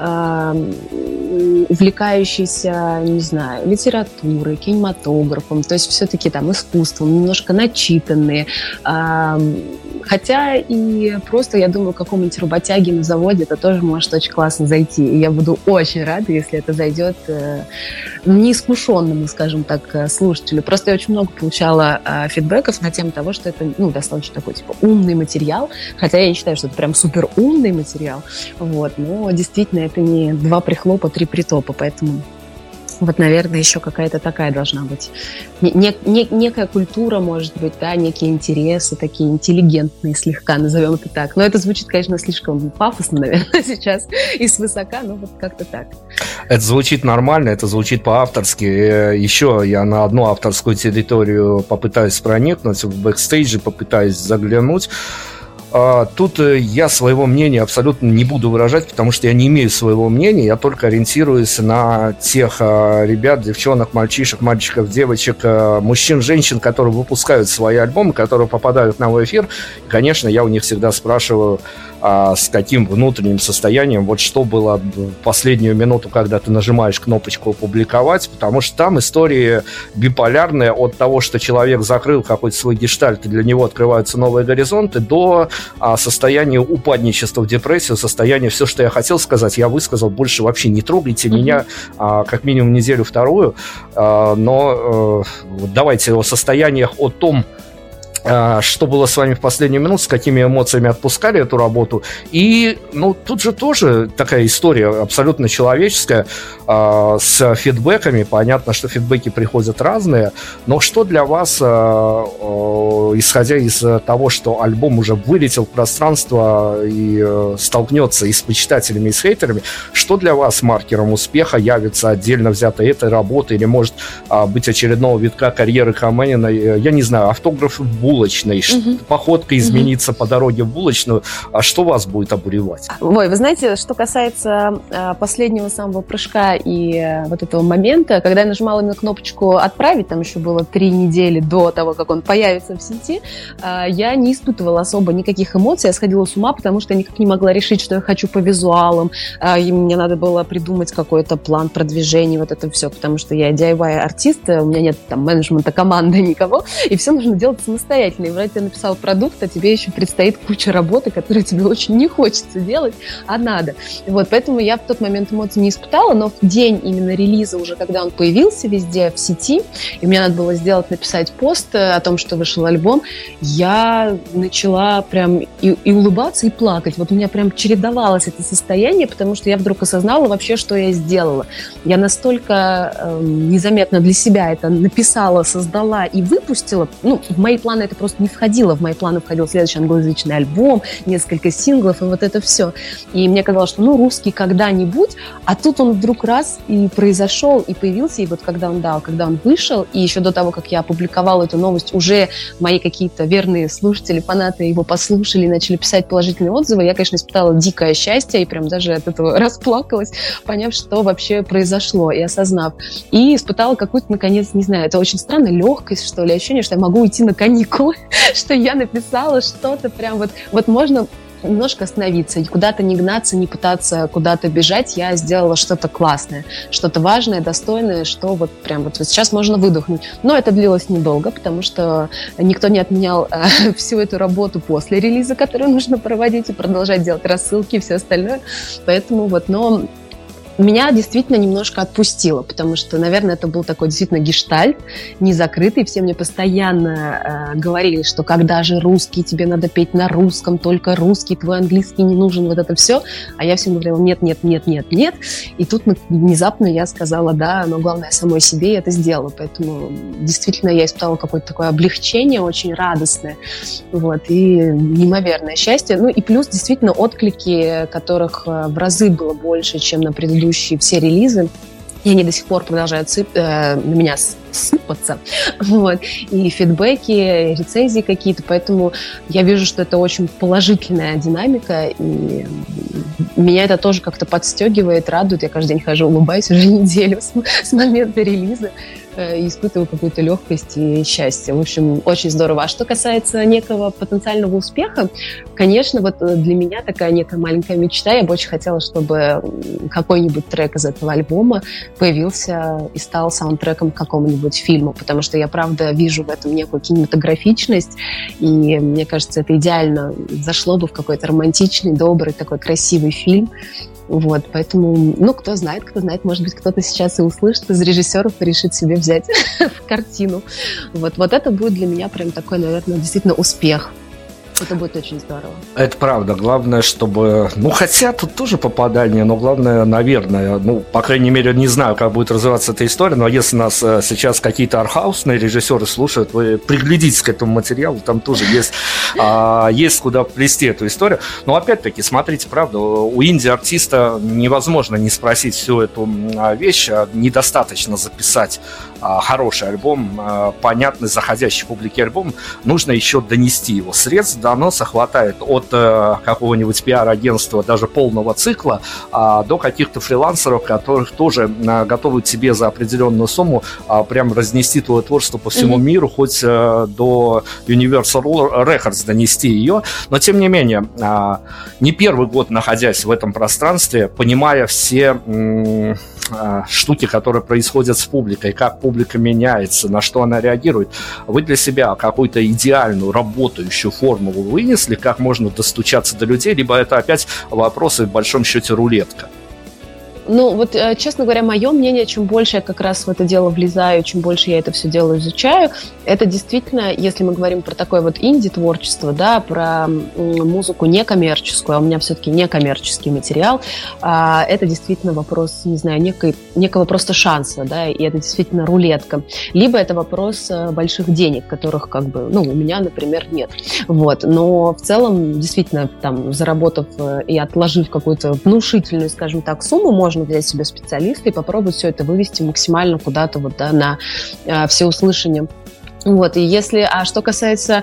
э, увлекающиеся, не знаю, литературой, кинематографом, то есть все-таки там искусством, немножко начитанные. Э, хотя и просто, я думаю, какому-нибудь работяге на заводе это тоже может очень классно зайти. И я буду очень рада, если это зайдет э, неискушенному, скажем так, слушателю. Просто я очень много получала э, фидбэков на тему того, что это, ну, достаточно такой, типа, умный материал. Хотя я не считаю, что это прям супер умный материал. Вот. Но действительно, это не два прихлопа, три притопа. Поэтому вот, наверное, еще какая-то такая должна быть. Не, не, некая культура, может быть, да, некие интересы, такие интеллигентные слегка, назовем это так. Но это звучит, конечно, слишком пафосно, наверное, сейчас и свысока, но вот как-то так. Это звучит нормально, это звучит по-авторски. Еще я на одну авторскую территорию попытаюсь проникнуть, в бэкстейджи попытаюсь заглянуть. Тут я своего мнения абсолютно не буду выражать, потому что я не имею своего мнения, я только ориентируюсь на тех ребят, девчонок, мальчишек, мальчиков, девочек, мужчин, женщин, которые выпускают свои альбомы, которые попадают на мой эфир. И, конечно, я у них всегда спрашиваю, а с каким внутренним состоянием, вот что было в последнюю минуту, когда ты нажимаешь кнопочку «Опубликовать», потому что там истории биполярные от того, что человек закрыл какой-то свой гештальт, и для него открываются новые горизонты, до а, состояния упадничества в депрессию, состояние «все, что я хотел сказать, я высказал, больше вообще не трогайте mm-hmm. меня», а, как минимум неделю-вторую, а, но а, давайте о состояниях, о том, что было с вами в последнюю минуту, с какими эмоциями отпускали эту работу. И, ну, тут же тоже такая история абсолютно человеческая, э, с фидбэками. Понятно, что фидбэки приходят разные, но что для вас, э, э, исходя из того, что альбом уже вылетел в пространство и э, столкнется и с почитателями, и с хейтерами, что для вас маркером успеха явится отдельно взятой этой работы, или может э, быть очередного витка карьеры Каменина, я не знаю, автограф в булочной, угу. походка изменится угу. по дороге в булочную, а что вас будет обуревать? Ой, вы знаете, что касается э, последнего самого прыжка и э, вот этого момента, когда я нажимала именно кнопочку «Отправить», там еще было три недели до того, как он появится в сети, э, я не испытывала особо никаких эмоций, я сходила с ума, потому что я никак не могла решить, что я хочу по визуалам, э, и мне надо было придумать какой-то план продвижения, вот это все, потому что я ди ай вай-артист, у меня нет там менеджмента команды, никого, и все нужно делать самостоятельно. И вроде ты написал продукт, а тебе еще предстоит куча работы, которую тебе очень не хочется делать, а надо. Вот, поэтому я в тот момент эмоций не испытала, но в день именно релиза, уже когда он появился везде в сети, и мне надо было сделать, написать пост о том, что вышел альбом, я начала прям и, и улыбаться, и плакать. Вот у меня прям чередовалось это состояние, потому что я вдруг осознала вообще, что я сделала. Я настолько э, незаметно для себя это написала, создала и выпустила. Ну, в мои планы это просто не входило. В мои планы входил следующий англоязычный альбом, несколько синглов и вот это все. И мне казалось, что ну русский когда-нибудь, а тут он вдруг раз и произошел, и появился, и вот когда он дал, когда он вышел, и еще до того, как я опубликовала эту новость, уже мои какие-то верные слушатели, фанаты его послушали и начали писать положительные отзывы, я, конечно, испытала дикое счастье и прям даже от этого расплакалась, поняв, что вообще произошло, и осознав. И испытала какую-то, наконец, не знаю, это очень странно, легкость, что ли, ощущение, что я могу уйти на каникулы, что я написала что-то прям вот, вот можно немножко остановиться и куда-то не гнаться, не пытаться куда-то бежать. Я сделала что-то классное, что-то важное, достойное, что вот прям вот сейчас можно выдохнуть. Но это длилось недолго, потому что никто не отменял э, всю эту работу после релиза, которую нужно проводить и продолжать делать рассылки и все остальное. Поэтому вот, но меня действительно немножко отпустило, потому что, наверное, это был такой действительно гештальт, не закрытый. Все мне постоянно э, говорили, что когда же русский, тебе надо петь на русском, только русский, твой английский не нужен, вот это все. А я всем говорила, нет, нет, нет, нет, нет. И тут внезапно я сказала, да, но главное самой себе, и это сделала. Поэтому действительно я испытала какое-то такое облегчение, очень радостное, вот, и неимоверное счастье. Ну и плюс действительно отклики, которых в разы было больше, чем на предыдущие все релизы, и они до сих пор продолжают сып, э, на меня сыпаться, вот, и фидбэки, и рецензии какие-то, поэтому я вижу, что это очень положительная динамика, и меня это тоже как-то подстегивает, радует. Я каждый день хожу, улыбаюсь уже неделю с, с момента релиза, э, и испытываю какую-то легкость и счастье. В общем, очень здорово. А что касается некого потенциального успеха, конечно, вот для меня такая некая маленькая мечта. Я бы очень хотела, чтобы какой-нибудь трек из этого альбома появился и стал саундтреком к какому-нибудь фильму, потому что я, правда, вижу в этом некую кинематографичность, и мне кажется, это идеально зашло бы в какой-то романтичный, добрый, такой красивый фильм. Вот, поэтому, ну, кто знает, кто знает, может быть, кто-то сейчас и услышит из режиссеров и решит себе взять в картину. Вот, вот это будет для меня прям такой, наверное, действительно успех. Это будет очень здорово. Это правда. Главное, чтобы... Ну, хотя тут тоже попадание, но главное, наверное, ну, по крайней мере, не знаю, как будет развиваться эта история, но если нас сейчас какие-то артхаусные режиссеры слушают, вы приглядитесь к этому материалу, там тоже есть, а, есть куда плести эту историю. Но опять-таки, смотрите, правда, у инди-артиста невозможно не спросить всю эту вещь, недостаточно записать а, хороший альбом, а, понятный, заходящий публике альбом, нужно еще донести его. Средств доноса хватает от э, какого-нибудь пиар-агентства, даже полного цикла, э, до каких-то фрилансеров, которых тоже э, готовы тебе за определенную сумму э, прям разнести твое творчество по всему mm-hmm. миру, хоть э, до Universal Records донести ее. Но, тем не менее, э, не первый год, находясь в этом пространстве, понимая все э, э, штуки, которые происходят с публикой, как публика меняется, на что она реагирует, вы для себя какую-то идеальную, работающую форму вынесли, как можно достучаться до людей, либо это опять вопросы в большом счете рулетка? Ну, вот, честно говоря, мое мнение, чем больше я как раз в это дело влезаю, чем больше я это все дело изучаю, это действительно, если мы говорим про такое вот инди-творчество, да, про музыку некоммерческую, а у меня все-таки некоммерческий материал, это действительно вопрос, не знаю, некой, некого просто шанса, да, и это действительно рулетка. Либо это вопрос больших денег, которых, как бы, ну, у меня, например, нет. Вот. Но в целом, действительно, там, заработав и отложив какую-то внушительную, скажем так, сумму, можно взять себе специалиста и попробовать все это вывести максимально куда-то вот, да, на э, всеуслышание. Вот, и если, а что касается,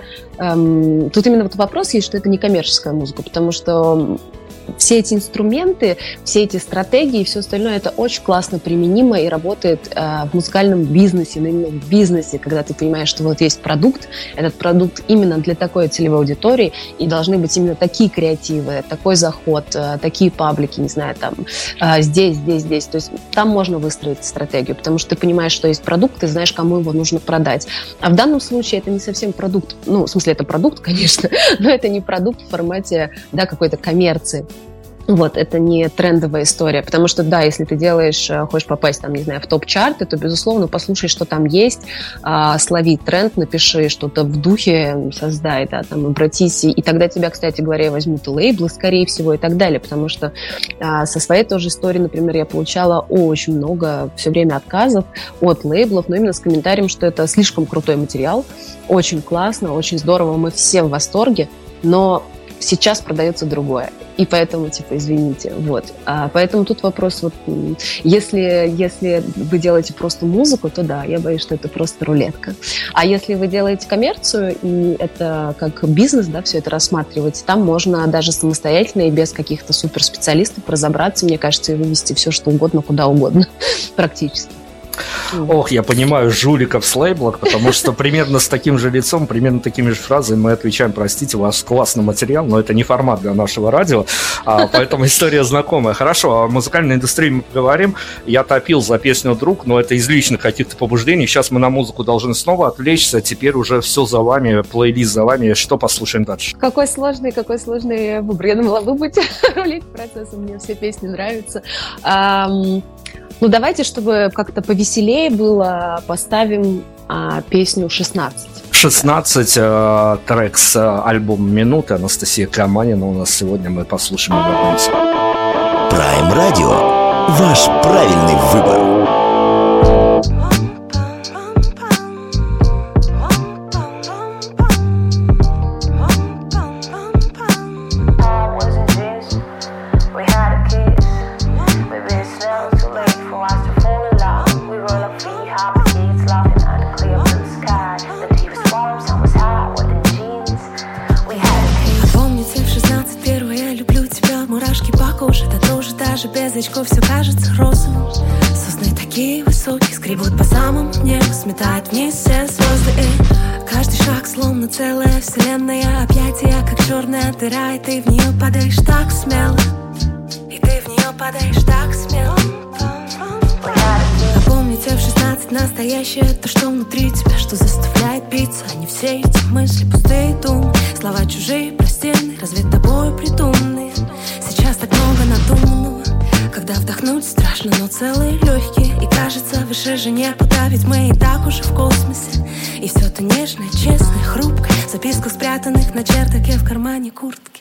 эм, тут именно вот вопрос есть, что это не коммерческая музыка, потому что все эти инструменты, все эти стратегии и все остальное, это очень классно применимо и работает э, в музыкальном бизнесе, но именно в бизнесе, когда ты понимаешь, что вот есть продукт, этот продукт именно для такой целевой аудитории, и должны быть именно такие креативы, такой заход, э, такие паблики, не знаю, там, э, здесь, здесь, здесь. То есть там можно выстроить стратегию, потому что ты понимаешь, что есть продукт, ты знаешь, кому его нужно продать. А в данном случае это не совсем продукт, ну, в смысле, это продукт, конечно, но это не продукт в формате, да, какой-то коммерции. Вот, это не трендовая история, потому что, да, если ты делаешь, хочешь попасть, там, не знаю, в топ-чарты, то, безусловно, послушай, что там есть, а, слови тренд, напиши что-то в духе, создай, да, там, обратись, и, и тогда тебя, кстати говоря, возьмут и лейблы, скорее всего, и так далее, потому что а, со своей тоже историей, например, я получала очень много все время отказов от лейблов, но именно с комментарием, что это слишком крутой материал, очень классно, очень здорово, мы все в восторге, но сейчас продается другое. И поэтому, типа, извините, вот. А поэтому тут вопрос, вот, если, если вы делаете просто музыку, то да, я боюсь, что это просто рулетка. А если вы делаете коммерцию, и это как бизнес, да, все это рассматривать, там можно даже самостоятельно и без каких-то суперспециалистов разобраться, мне кажется, и вывести все, что угодно, куда угодно, практически. Ох, я понимаю жуликов с лейблов, потому что примерно с таким же лицом, примерно такими же фразами мы отвечаем: простите, у вас классный материал, но это не формат для нашего радио, а, поэтому история знакомая. Хорошо, о музыкальной индустрии мы поговорим. Я топил за песню «Друг», но это из личных каких-то побуждений. Сейчас мы на музыку должны снова отвлечься, теперь уже все за вами, плейлист за вами. Что послушаем дальше? Какой сложный, какой сложный выбор. Я думала, вы будете рулить процессом, мне все песни нравятся. Um... Ну, давайте, чтобы как-то повеселее было, поставим а, песню «шестнадцать». шестнадцать э, трек с э, альбома «Минуты». Анастасия Каманина у нас сегодня. Мы послушаем и вернемся. Prime Radio. Ваш правильный выбор. Без очков все кажется розовым. Сосны такие высокие, скребут по самому небу, сметают вниз все звезды. И каждый шаг словно целая вселенная, объятия как черная дыра, и ты в нее падаешь так смело, и ты в нее падаешь так смело. Напомните в шестнадцать настоящее, то, что внутри тебя, что заставляет биться, а не все эти мысли, пустые думы, слова чужие, простенные, разве тобой придуманные. Сейчас так много надуманного, когда вдохнуть страшно, но целые легкие. И кажется, выше же некуда, ведь мы и так уже в космосе. И все то нежное, честное, хрупкое, в записках спрятанных на чердаке в кармане куртки.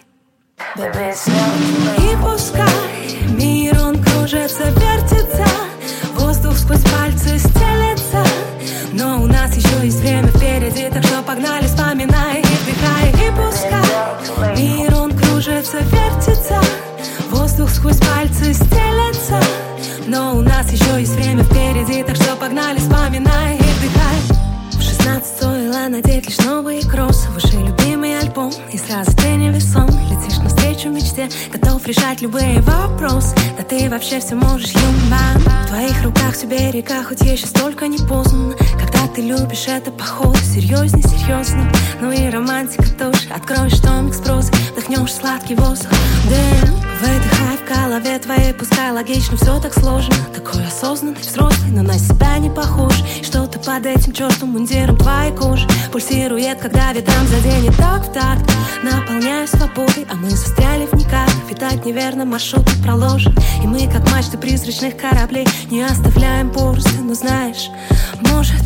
И пускай мир, он кружится, вертится, воздух сквозь пальцы стелется, но у нас еще есть время впереди, так что погнали, вспоминай и вдыхай. И пускай мир, он кружится, вертится, воздух сквозь пальцы стелется, но у нас еще есть время впереди, так что погнали, вспоминай и вдыхай. В шестнадцать стоило надеть лишь новые кроссы, выше любимый альбом, и сразу ты невесомый, летишь навстречу мечте, готов решать любые вопросы. Да ты вообще все можешь, юмбан. В твоих руках все берега, хоть еще столько не познано. Когда ты любишь, это походу серьезней серьезно. Ну и романтика тоже. Откроешь томик с прозой, вдохнешь сладкий воздух. Дым, выдыхай в голове твоей, пускай логично все так сложно. Такой осознанный, взрослый, но на себя не похож. И что-то под этим чертовым мундиром твоей кожи пульсирует, когда ветром заденет так в такт. Наполняю свободой, а мы застряли в никак. Видать, неверно маршрут проложен, и мы, как мачты призрачных кораблей, не оставляем порции. Но знаешь, может,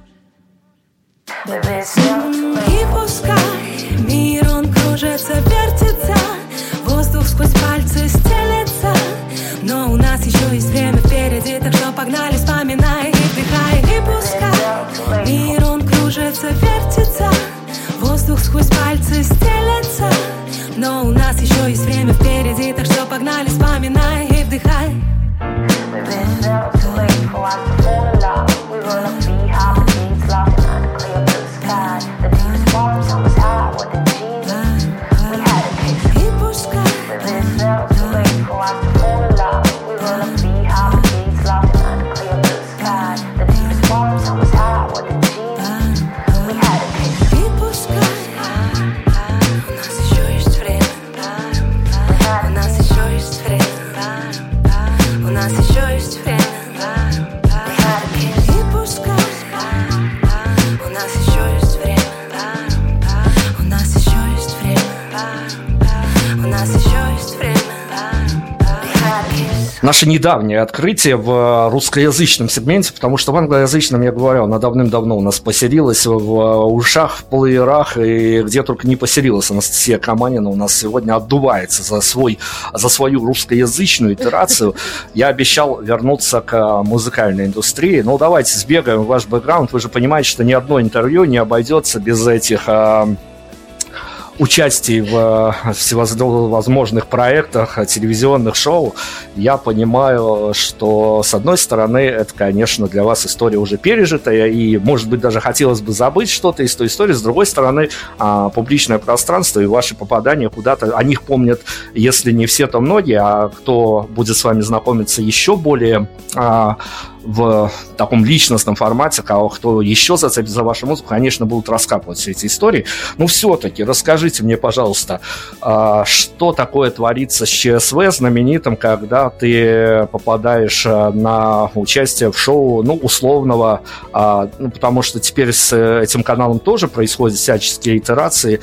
и пускай мир, он кружится, вертится, воздух сквозь пальцы стелется, но у нас еще есть время впереди, так что погнали, вспоминай и вдыхай. И пускай мир, он кружится, вертится, воздух сквозь пальцы стелется, но у нас еще есть время впереди, так что погнали, вспоминай и вдыхай. Наше недавнее открытие в русскоязычном сегменте, потому что в англоязычном, я говорю, она давным-давно у нас поселилась в ушах, в плеерах, и где только не поселилась. Анастасия Каманина у нас сегодня отдувается за, свой, за свою русскоязычную итерацию. Я обещал вернуться к музыкальной индустрии. Ну, давайте сбегаем в ваш бэкграунд. Вы же понимаете, что ни одно интервью не обойдется без этих... участий в всевозможных проектах, телевизионных шоу. Я понимаю, что с одной стороны это, конечно, для вас история уже пережитая, и, может быть, даже хотелось бы забыть что-то из той истории. С другой стороны, публичное пространство и ваши попадания куда-то, о них помнят, если не все, то многие, а кто будет с вами знакомиться еще более в таком личностном формате, кого кто еще зацепит за вашу музыку, конечно, будут раскапывать все эти истории. Но все-таки расскажите мне, пожалуйста, что такое творится с ЧСВ знаменитым, когда ты попадаешь на участие в шоу, ну, условного, ну, потому что теперь с этим каналом тоже происходят всяческие итерации,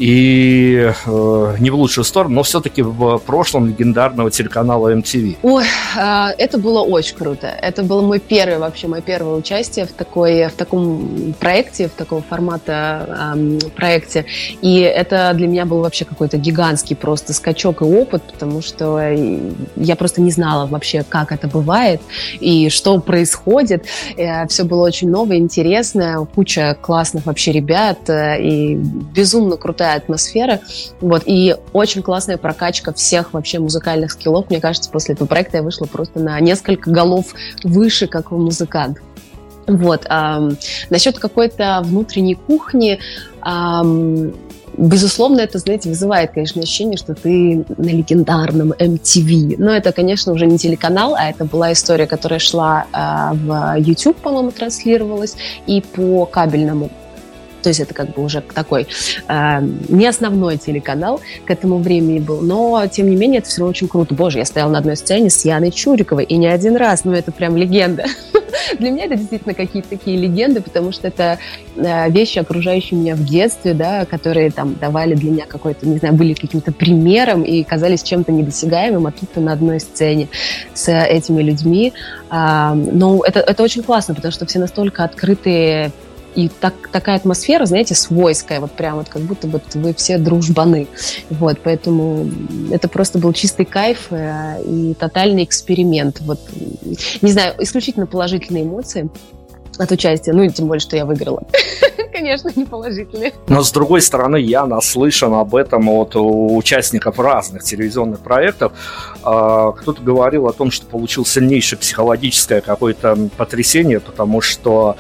и э, не в лучшую сторону, но все-таки в прошлом легендарного телеканала эм ти ви. Ой, это было очень круто. Это было мой первый, вообще, мое первое участие в, такой, в таком проекте, в такого формата эм, проекте. И это для меня был вообще какой-то гигантский просто скачок и опыт, потому что я просто не знала вообще, как это бывает и что происходит. Все было очень новое, интересно, куча классных вообще ребят и безумно крутая атмосфера. Вот. И очень классная прокачка всех вообще музыкальных скиллов. Мне кажется, после этого проекта я вышла просто на несколько голов выше, как музыкант. Вот. А, насчет какой-то внутренней кухни, а, безусловно, это, знаете, вызывает, конечно, ощущение, что ты на легендарном эм ти ви. Но это, конечно, уже не телеканал, а это была история, которая шла а, в YouTube, по-моему, транслировалась, и по кабельному. То есть это как бы уже такой э, не основной телеканал к этому времени был, но, тем не менее, это все равно очень круто. Боже, я стояла на одной сцене с Яной Чуриковой, и не один раз, ну это прям легенда. Для меня это действительно какие-то такие легенды, потому что это э, вещи, окружающие меня в детстве, да, которые там давали для меня какой-то, не знаю, были каким-то примером и казались чем-то недосягаемым, а тут ты на одной сцене с этими людьми. Э, но это, это очень классно, потому что все настолько открытые. И так, такая атмосфера, знаете, свойская, вот прям вот как будто бы вы все дружбаны. Вот, поэтому это просто был чистый кайф э, и тотальный эксперимент. Вот, не знаю, исключительно положительные эмоции от участия, ну и тем более, что я выиграла. Конечно, не положительные. Но, с другой стороны, я наслышан об этом от участников разных телевизионных проектов. Кто-то говорил о том, что получил сильнейшее психологическое какое-то потрясение, потому что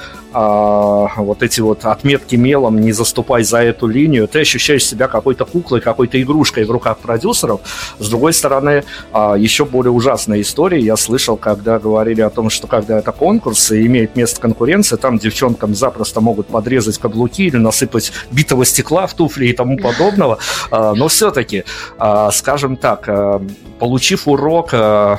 вот эти вот отметки мелом, не заступай за эту линию, ты ощущаешь себя какой-то куклой, какой-то игрушкой в руках продюсеров. С другой стороны, еще более ужасная история. Я слышал, когда говорили о том, что когда это конкурс и имеет место конкуренция, там девчонкам запросто могут подрезать каблуки или насыпать битого стекла в туфли и тому подобного. Но все-таки, скажем так, получив урок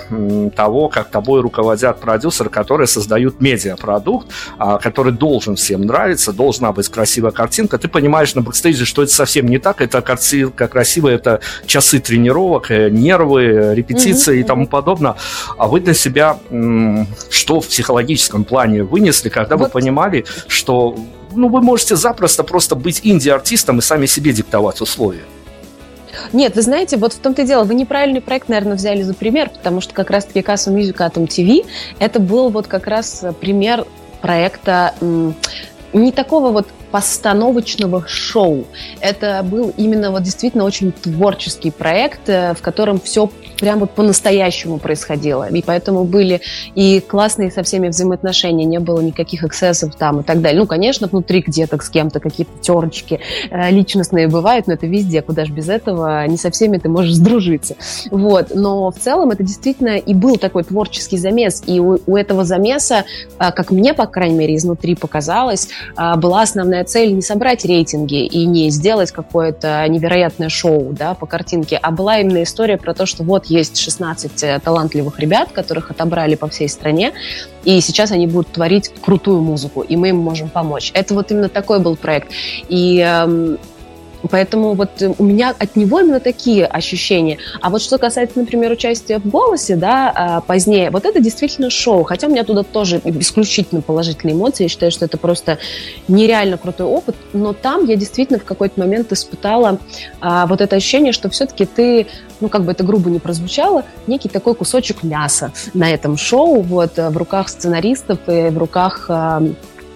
того, как тобой руководят продюсеры, которые создают медиапродукт, который должен всем нравиться, должна быть красивая картинка, ты понимаешь на бэкстейдже, что это совсем не так, это картинка красивая, это часы тренировок, нервы, репетиции mm-hmm. и тому подобное. А вы для себя что в психологическом плане вынесли, когда вот. Вы понимали, что ну, вы можете запросто просто быть инди-артистом и сами себе диктовать условия? Нет, вы знаете, вот в том-то и дело, вы неправильный проект, наверное, взяли за пример, потому что как раз-таки Casa Music от эм ти ви это был вот как раз пример проекта м, не такого вот постановочного шоу. Это был именно вот действительно очень творческий проект, в котором все прям вот по-настоящему происходило. И поэтому были и классные со всеми взаимоотношения, не было никаких эксцессов там и так далее. Ну, конечно, внутри где-то с кем-то какие-то терочки э, личностные бывают, но это везде, куда ж без этого, не со всеми ты можешь сдружиться. Вот. Но в целом это действительно и был такой творческий замес. И у, у этого замеса, э, как мне, по крайней мере, изнутри показалось, э, была основная цель не собрать рейтинги и не сделать какое-то невероятное шоу, да, по картинке, а была именно история про то, что вот есть шестнадцать талантливых ребят, которых отобрали по всей стране, и сейчас они будут творить крутую музыку, и мы им можем помочь. Это вот именно такой был проект. И эм, поэтому вот у меня от него именно такие ощущения. А вот что касается, например, участия в «Голосе», да, позднее, вот это действительно шоу. Хотя у меня туда тоже исключительно положительные эмоции. Я считаю, что это просто нереально крутой опыт. Но там я действительно в какой-то момент испытала а, вот это ощущение, что все-таки ты, ну, как бы это грубо не прозвучало, некий такой кусочек мяса на этом шоу, вот, в руках сценаристов и в руках... А,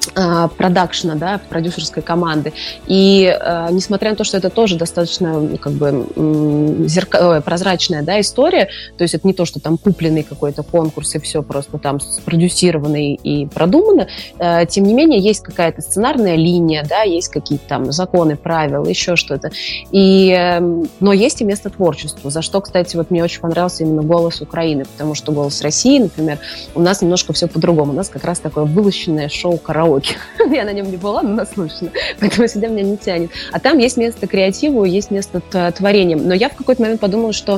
продакшена, да, продюсерской команды. И э, несмотря на то, что это тоже достаточно как бы зерка... прозрачная, да, история, то есть это не то, что там купленный какой-то конкурс и все просто там спродюсировано и продумано, э, тем не менее есть какая-то сценарная линия, да, есть какие-то там законы, правила, еще что-то. И, э, но есть и место творчеству, за что, кстати, вот мне очень понравился именно «Голос Украины», потому что «Голос России», например, у нас немножко все по-другому. У нас как раз такое вылощенное шоу караоке. Я на нем не была, но наслышана, поэтому всегда меня не тянет. А там есть место креативу, есть место творениям. Но я в какой-то момент подумала, что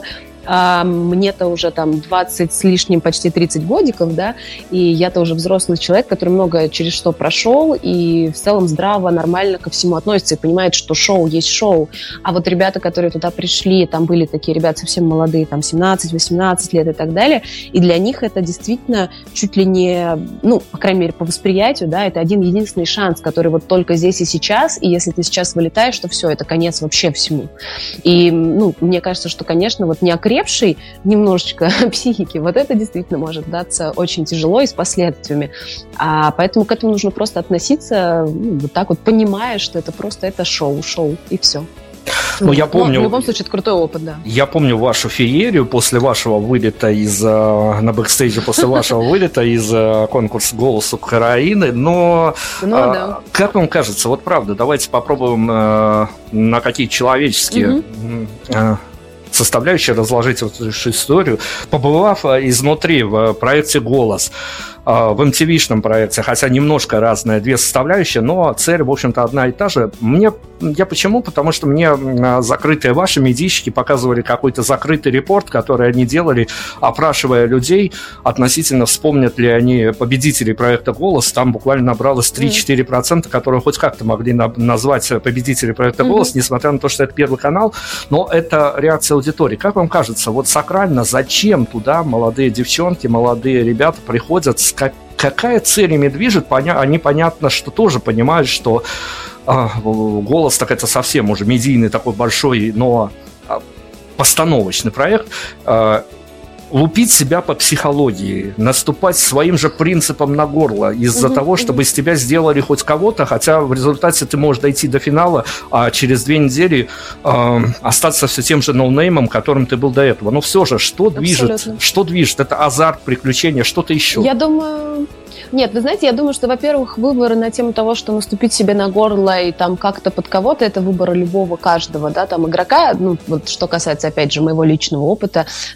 а мне-то уже там двадцать с лишним, почти тридцать годиков, да, и я-то уже взрослый человек, который много через что прошел, и в целом здраво, нормально ко всему относится и понимает, что шоу есть шоу. А вот ребята, которые туда пришли, там были такие ребята совсем молодые, там семнадцать-восемнадцать лет и так далее, и для них это действительно чуть ли не, ну, по крайней мере, по восприятию, да, это один единственный шанс, который вот только здесь и сейчас, и если ты сейчас вылетаешь, то все, это конец вообще всему. И, ну, мне кажется, что, конечно, вот не окрепший немножечко психики, вот это действительно может даться очень тяжело и с последствиями. А поэтому к этому нужно просто относиться, ну, вот так вот, понимая, что это просто это шоу, шоу, и все. Ну, я помню, но в любом случае, это крутой опыт, да. Я помню вашу феерию после вашего вылета из, на бэкстейдже, после вашего вылета из конкурса «Голос Украины», но ну, а, да. Как вам кажется, вот правда, давайте попробуем а, на какие человеческие... Угу. А, составляющие разложить вот эту историю, побывав изнутри в проекте «Голос», в эм ти ви-шном проекте, хотя немножко разные две составляющие, но цель, в общем-то, одна и та же. Мне, я почему? Потому что мне закрытые ваши медийщики показывали какой-то закрытый репорт, который они делали, опрашивая людей относительно, вспомнят ли они победителей проекта «Голос». Там буквально набралось три-четыре процента, которые хоть как-то могли на- назвать победителей проекта «Голос», mm-hmm. несмотря на то, что это Первый канал, но это реакция аудитории. Как вам кажется, вот сакрально, зачем туда молодые девчонки, молодые ребята приходят с Как, какая цель ими движет, поня- они, понятно, что тоже понимают, что а, «Голос» так это совсем уже медийный такой большой, но а, постановочный проект. А, лупить себя по психологии, наступать своим же принципом на горло из-за угу, того, чтобы угу. из тебя сделали хоть кого-то, хотя в результате ты можешь дойти до финала, а через две недели э, остаться все тем же ноунеймом, которым ты был до этого. Но все же, что движет? Абсолютно. Что движет? Это азарт, приключения, что-то еще? Я думаю... Нет, вы знаете, я думаю, что, во-первых, выборы на тему того, что наступить себе на горло и там как-то под кого-то, это выбор любого, каждого, да, там игрока. Ну, вот что касается, опять же, моего личного опыта, э,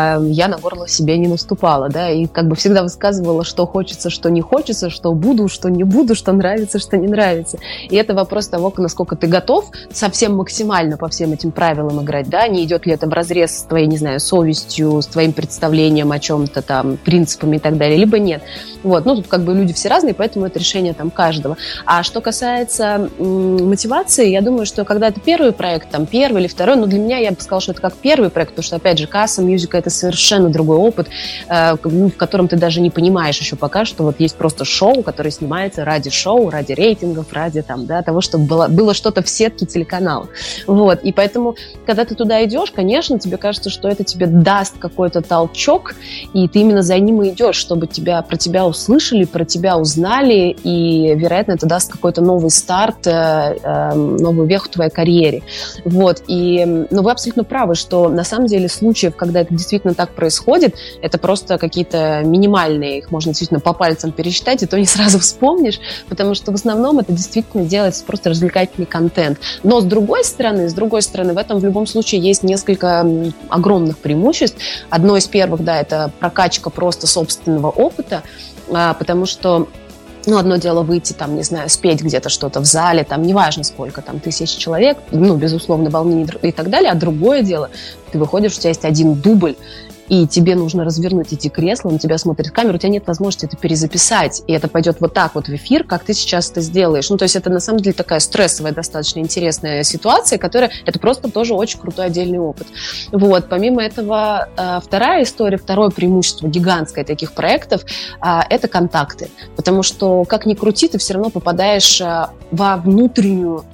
я на горло себе не наступала, да, и как бы всегда высказывала, что хочется, что не хочется, что буду, что не буду, что нравится, что не нравится. И это вопрос того, насколько ты готов совсем максимально по всем этим правилам играть, да, не идет ли это вразрез с твоей, не знаю, совестью, с твоим представлением о чем-то там, принципами и так далее, либо нет. Вот, ну, тут как бы люди все разные, поэтому это решение там каждого. А что касается м- мотивации, я думаю, что когда это первый проект, там, первый или второй, ну, для меня, я бы сказала, что это как первый проект, потому что, опять же, касса мюзика — это совершенно другой опыт, э, в котором ты даже не понимаешь еще пока, что вот есть просто шоу, которое снимается ради шоу, ради рейтингов, ради там, да, того, чтобы было, было что-то в сетке телеканала. Вот, и поэтому, когда ты туда идешь, конечно, тебе кажется, что это тебе даст какой-то толчок, и ты именно за ним и идешь, чтобы тебя, про тебя услышали, про тебя узнали, и, вероятно, это даст какой-то новый старт, э, э, новую веху в твоей карьере. Вот. И, ну, вы абсолютно правы, что на самом деле случаев, когда это действительно так происходит, это просто какие-то минимальные, их можно действительно по пальцам пересчитать, и то не сразу вспомнишь, потому что в основном это действительно делается просто развлекательный контент. Но с другой стороны, с другой стороны, в этом в любом случае есть несколько огромных преимуществ. Одно из первых, да, это прокачка просто собственного опыта, потому что, ну, одно дело выйти, там, не знаю, спеть где-то что-то в зале, там, неважно сколько, там, тысяч человек, ну, безусловно, волнение и так далее, а другое дело, ты выходишь, у тебя есть один дубль, и тебе нужно развернуть эти кресла, на тебя смотрит камера, у тебя нет возможности это перезаписать, и это пойдет вот так вот в эфир, как ты сейчас это сделаешь. Ну, то есть это на самом деле такая стрессовая, достаточно интересная ситуация, которая, это просто тоже очень крутой отдельный опыт. Вот, помимо этого, вторая история, второе преимущество гигантское таких проектов, это контакты, потому что, как ни крути, ты все равно попадаешь во внутреннюю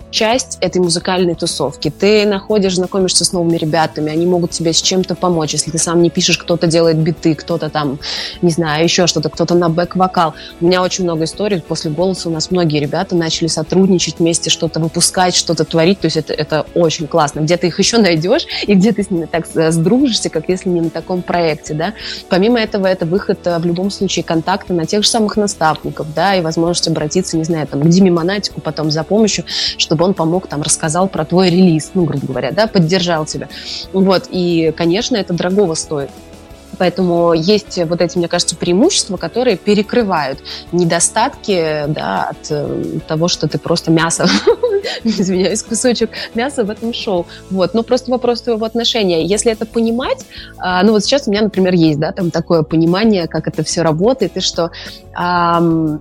часть этой музыкальной тусовки. Ты находишь, знакомишься с новыми ребятами, они могут тебе с чем-то помочь. Если ты сам не пишешь, кто-то делает биты, кто-то там, не знаю, еще что-то, кто-то на бэк-вокал. У меня очень много историй. После «Голоса» у нас многие ребята начали сотрудничать вместе, что-то выпускать, что-то творить. То есть это, это очень классно. Где ты их еще найдешь, и где ты с ними так сдружишься, как если не на таком проекте, да. Помимо этого, это выход в любом случае контакта на тех же самых наставников, да, и возможность обратиться, не знаю, там, к Диме Монатику потом за помощью, чтобы он помог, там, рассказал про твой релиз, ну, грубо говоря, да, поддержал тебя. Вот, и, конечно, это дорогого стоит. Поэтому есть вот эти, мне кажется, преимущества, которые перекрывают недостатки, да, от э, того, что ты просто мясо, извиняюсь, кусочек мяса в этом шоу. Вот. Но просто вопрос твоего отношения. Если это понимать, э, ну вот сейчас у меня, например, есть, да, там такое понимание, как это все работает, и что э,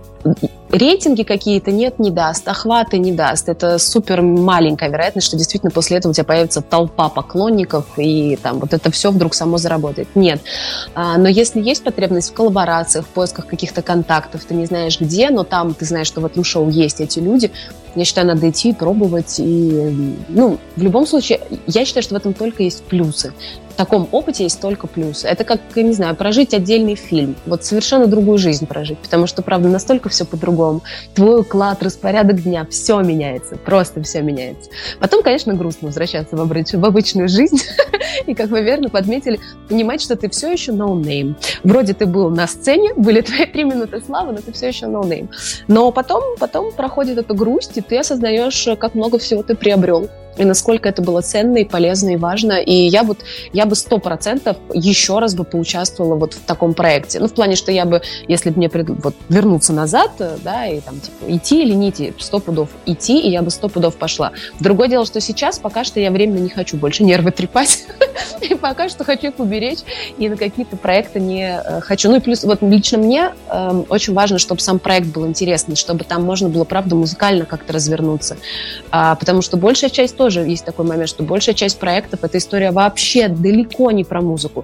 рейтинги какие-то нет, не даст, охваты не даст. Это супер маленькая вероятность, что действительно после этого у тебя появится толпа поклонников, и там вот это все вдруг само заработает. Нет. А, но если есть потребность в коллаборациях, в поисках каких-то контактов, ты не знаешь где, но там ты знаешь, что в этом шоу есть эти люди, я считаю, надо идти, пробовать. И, ну, в любом случае, я считаю, что в этом только есть плюсы. В таком опыте есть только плюсы. Это как, не знаю, прожить отдельный фильм. Вот совершенно другую жизнь прожить. Потому что, правда, настолько все по-другому. Твой уклад, распорядок дня, все меняется. Просто все меняется. Потом, конечно, грустно возвращаться в, обыч... в обычную жизнь. И, как вы верно подметили, понимать, что ты все еще no name. Вроде ты был на сцене, были твои три минуты славы, но ты все еще no name. Но потом, потом проходит эта грусть, и ты осознаешь, как много всего ты приобрел. И насколько это было ценно и полезно и важно. И я вот, я бы сто процентов еще раз бы поучаствовала вот в таком проекте. Ну, в плане, что я бы, если бы мне пред, вот, вернуться назад, да, и там, типа, идти или не идти, сто пудов идти, и я бы сто пудов пошла. Другое дело, что сейчас пока что я временно не хочу больше нервы трепать. И пока что хочу их уберечь, и на какие-то проекты не хочу. Ну, и плюс, вот лично мне э, очень важно, чтобы сам проект был интересный, чтобы там можно было, правда, музыкально как-то развернуться. А, потому что большая часть тоже тоже есть такой момент, что большая часть проектов — это история вообще далеко не про музыку.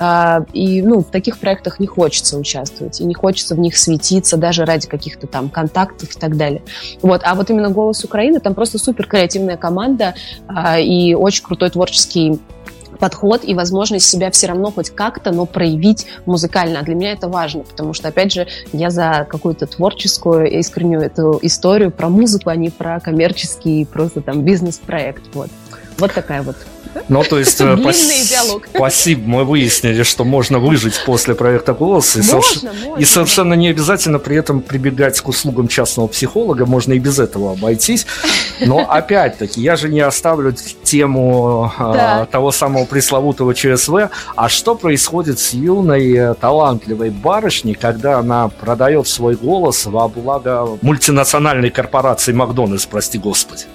И, ну, в таких проектах не хочется участвовать, и не хочется в них светиться даже ради каких-то там контактов и так далее. Вот. А вот именно «Голос Украины» там просто супер креативная команда и очень крутой творческий подход и возможность себя все равно хоть как-то, но проявить музыкально. А для меня это важно, потому что, опять же, я за какую-то творческую, искреннюю эту историю про музыку, а не про коммерческий просто там бизнес-проект. Вот, вот такая вот. Ну, то есть, длинный диалог. Спасибо, мы выяснили, что можно выжить после проекта «Голос». И, можно, соверш... можно, и совершенно не обязательно при этом прибегать к услугам частного психолога, можно и без этого обойтись. Но, опять-таки, я же не оставлю тему да. э, того самого пресловутого ЧСВ. А что происходит с юной талантливой барышней, когда она продает свой голос во благо мультинациональной корпорации «Макдональдс», прости господи?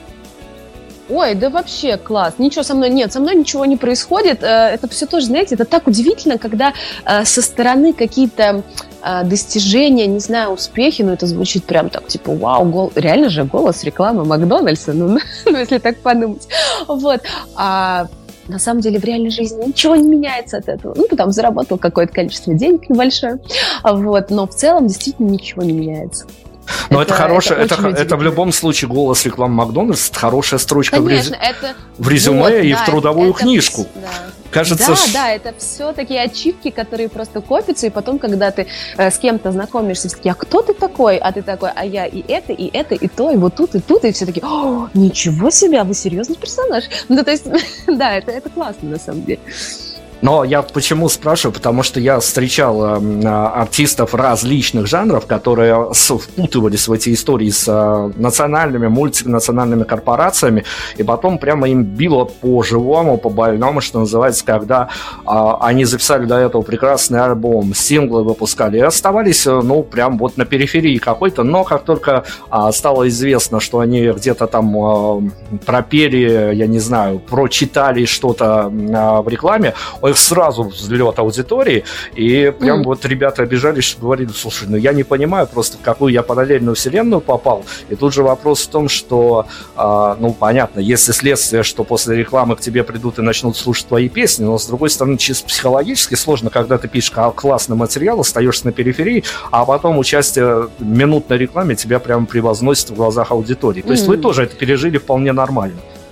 Ой, да вообще класс. Ничего со мной нет, со мной ничего не происходит. Это все тоже, знаете, это так удивительно, когда со стороны какие-то достижения, не знаю, успехи, но это звучит прям так, типа, вау, гол... реально же голос рекламы Макдональдса, ну, ну если так подумать. Вот. А на самом деле в реальной жизни ничего не меняется от этого. Ну, ты там заработал какое-то количество денег небольшое, вот, но в целом действительно ничего не меняется. Но это, это хорошее, это, это, это в любом случае голос рекламы Макдональдс, это хорошая строчка. Конечно, в, рез... это... в резюме вот, и да, в трудовую это, книжку. Да. Кажется, да, ш... да, это все такие ачивки, которые просто копятся, и потом, когда ты э, с кем-то знакомишься, все такие, а кто ты такой? А ты такой, а я и это, и это, и то, и вот тут, и тут, и все такие, о, ничего себе, вы серьезный персонаж. Ну, то есть, да, это, это классно на самом деле. Но я почему спрашиваю? Потому что я встречал э, артистов различных жанров, которые впутывались в эти истории с э, национальными, мультинациональными корпорациями, и потом прямо им било по-живому, по-больному, что называется, когда э, они записали до этого прекрасный альбом, синглы выпускали и оставались, ну, прям вот на периферии какой-то, но как только э, стало известно, что они где-то там э, пропели, я не знаю, прочитали что-то э, в рекламе, сразу взлет аудитории, и прям mm. вот ребята обижались, говорили, слушай, ну я не понимаю просто, в какую я параллельную вселенную попал. И тут же вопрос в том, что, э, ну, понятно, если следствие, что после рекламы к тебе придут и начнут слушать твои песни, но, с другой стороны, чисто психологически сложно, когда ты пишешь классный материал, остаешься на периферии, а потом участие в минутной рекламе тебя прям превозносит в глазах аудитории. То есть mm. вы тоже это пережили вполне нормально.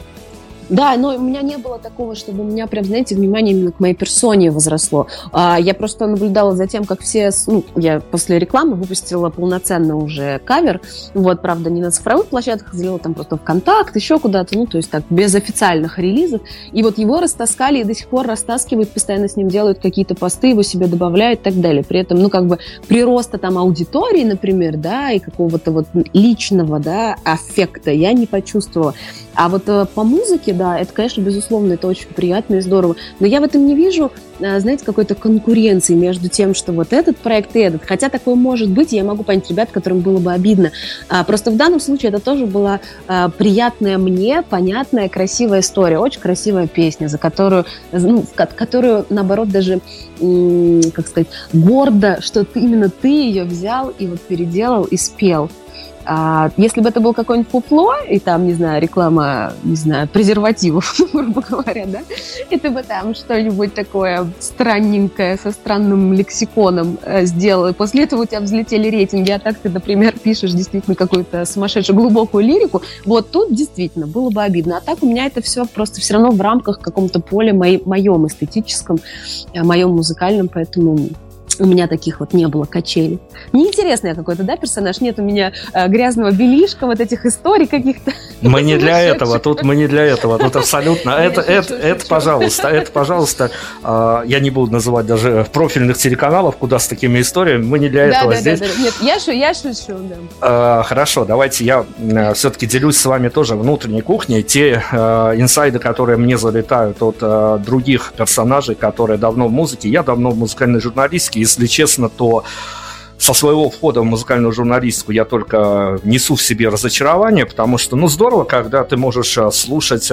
Да, но у меня не было такого, чтобы у меня прям, знаете, внимание именно к моей персоне возросло. А, я просто наблюдала за тем, как все... Ну, я после рекламы выпустила полноценно уже кавер. Вот, правда, не на цифровых площадках, сделала там просто ВКонтакт, еще куда-то, ну, то есть так, без официальных релизов. И вот его растаскали и до сих пор растаскивают, постоянно с ним делают какие-то посты, его себе добавляют и так далее. При этом, ну, как бы прироста там аудитории, например, да, и какого-то вот личного, да, аффекта я не почувствовала. А вот э, по музыке, да, это, конечно, безусловно, это очень приятно и здорово. Но я в этом не вижу, э, знаете, какой-то конкуренции между тем, что вот этот проект и этот. Хотя такое может быть, и я могу понять ребят, которым было бы обидно. А, просто в данном случае это тоже была а, приятная мне, понятная, красивая история. Очень красивая песня, за которую, ну, которую, наоборот, даже, м- как сказать, гордо, что ты, именно ты ее взял и вот переделал и спел. А если бы это был какое-нибудь фуфло, и там, не знаю, реклама, не знаю, презервативов, грубо говоря, да, и ты бы там что-нибудь такое странненькое, со странным лексиконом э, сделал, и после этого у тебя взлетели рейтинги, а так ты, например, пишешь действительно какую-то сумасшедшую глубокую лирику, вот тут действительно было бы обидно. А так у меня это все просто все равно в рамках каком-то поля моей, моем эстетическом, моем музыкальном, поэтому... У меня таких вот не было качелей. Неинтересный я какой-то, да, персонаж? Нет у меня э, грязного белишка, вот этих историй каких-то. Мы не для этого, тут мы не для этого, тут абсолютно. Это, это, это, пожалуйста, это, пожалуйста, я не буду называть даже профильных телеканалов, куда с такими историями, мы не для этого здесь. Да, да, да. Нет, я, шу, я шучу, да. Хорошо, давайте я все-таки делюсь с вами тоже внутренней кухней. Те инсайды, которые мне залетают от других персонажей, которые давно в музыке. Я давно в музыкальной журналистике. Если честно, то со своего входа в музыкальную журналистику я только несу в себе разочарование, потому что, ну, здорово, когда ты можешь слушать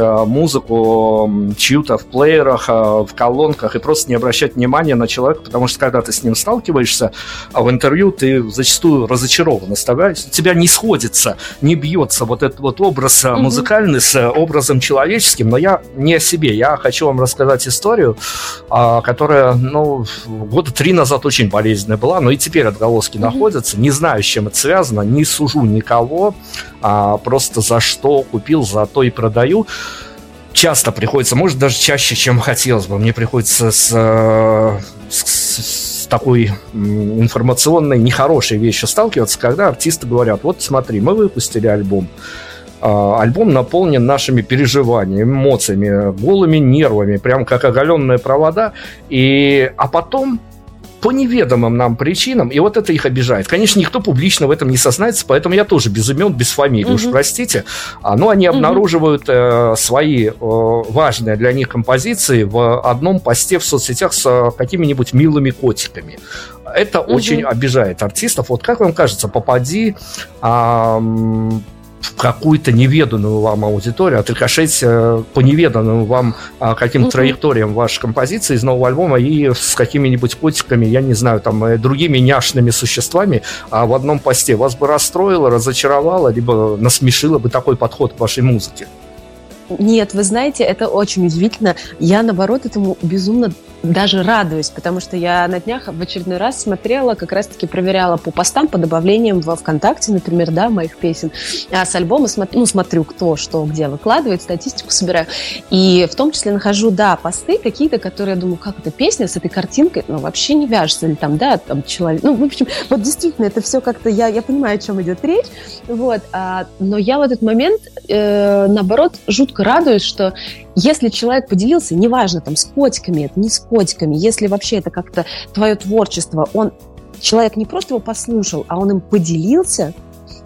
музыку чью-то в плеерах, в колонках и просто не обращать внимания на человека, потому что, когда ты с ним сталкиваешься в интервью, ты зачастую разочарован, оставляешься, у тебя не сходится, не бьется вот этот вот образ mm-hmm. музыкальный с образом человеческим, но я не о себе, я хочу вам рассказать историю, которая, ну, года три назад очень болезненная была, но и теперь отголоски находятся. Не знаю, с чем это связано, не сужу никого, а просто за что купил, за то и продаю. Часто приходится, может, даже чаще, чем хотелось бы, мне приходится с, с, с такой информационной нехорошей вещью сталкиваться, когда артисты говорят: вот смотри, мы выпустили альбом. Альбом наполнен нашими переживаниями, эмоциями, голыми нервами, прям как оголенные провода. И, а потом по неведомым нам причинам, и вот это их обижает. Конечно, никто публично в этом не сознается, поэтому я тоже без имен, без фамилий, угу. уж простите. Но они угу. обнаруживают э, свои э, важные для них композиции в одном посте в соцсетях с какими-нибудь милыми котиками. Это угу. очень обижает артистов. Вот как вам кажется, попади... Э, в какую-то неведанную вам аудиторию, отрикошеть по неведанным вам а, каким-то mm-hmm. траекториям вашей композиции из нового альбома и с какими-нибудь котиками, я не знаю, там, другими няшными существами а, в одном посте. Вас бы расстроило, разочаровало, либо насмешило бы такой подход к вашей музыке? Нет, вы знаете, это очень удивительно. Я, наоборот, этому безумно даже радуюсь, потому что я на днях в очередной раз смотрела, как раз-таки проверяла по постам, по добавлениям во ВКонтакте, например, да, моих песен, а с альбома смотрю, ну, смотрю, кто, что, где выкладывает, статистику собираю, и в том числе нахожу, да, посты какие-то, которые я думаю, как эта песня с этой картинкой, ну, вообще не вяжется, или там, да, там человек, ну, в общем, вот действительно, это все как-то, я, я понимаю, о чем идет речь, вот, а, но я в этот момент, э, наоборот, жутко радуюсь, что если человек поделился, неважно, там, с котиками, это не с котиками, если вообще это как-то твое творчество, он, человек не просто его послушал, а он им поделился,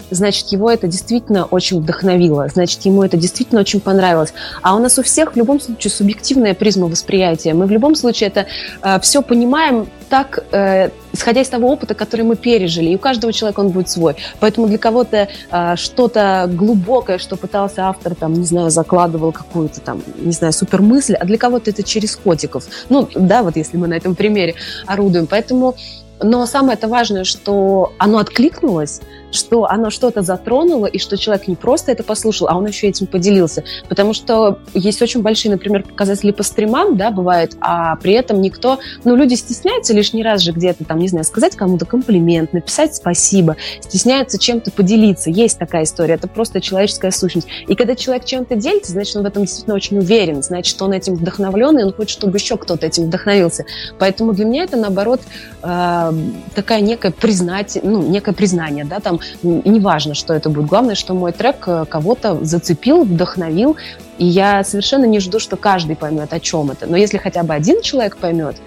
значит, его это действительно очень вдохновило, значит, ему это действительно очень понравилось. А у нас у всех в любом случае субъективная призма восприятия. Мы в любом случае это э, все понимаем так, э, исходя из того опыта, который мы пережили. И у каждого человека он будет свой. Поэтому для кого-то э, что-то глубокое, что пытался автор, там, не знаю, закладывал какую-то там, не знаю, супермысль, а для кого-то это через котиков. Ну, да, вот если мы на этом примере орудуем. Поэтому, но самое-то важное, что оно откликнулось, что оно что-то затронуло, и что человек не просто это послушал, а он еще этим поделился. Потому что есть очень большие, например, показатели по стримам, да, бывает, а при этом никто... Ну, люди стесняются лишний раз же где-то, там, не знаю, сказать кому-то комплимент, написать спасибо, стесняются чем-то поделиться. Есть такая история, это просто человеческая сущность. И когда человек чем-то делится, значит, он в этом действительно очень уверен, значит, он этим вдохновлен, и он хочет, чтобы еще кто-то этим вдохновился. Поэтому для меня это, наоборот, э, такая некая признать, ну, некое признание, да, там, неважно, что это будет. Главное, что мой трек кого-то зацепил, вдохновил, и я совершенно не жду, что каждый поймет, о чем это. Но если хотя бы один человек поймет,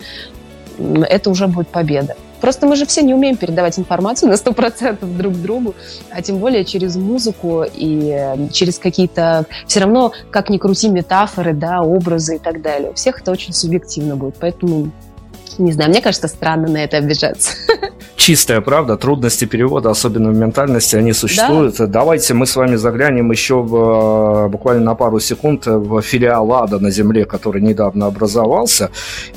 это уже будет победа. Просто мы же все не умеем передавать информацию на сто процентов друг другу, а тем более через музыку и через какие-то... Все равно, как ни крути, метафоры, да, образы и так далее. У всех это очень субъективно будет, поэтому... Не знаю, мне кажется, странно на это обижаться. Чистая правда, трудности перевода, особенно в ментальности, они существуют. Да. Давайте мы с вами заглянем еще в, буквально на пару секунд в филиал ада на Земле, который недавно образовался.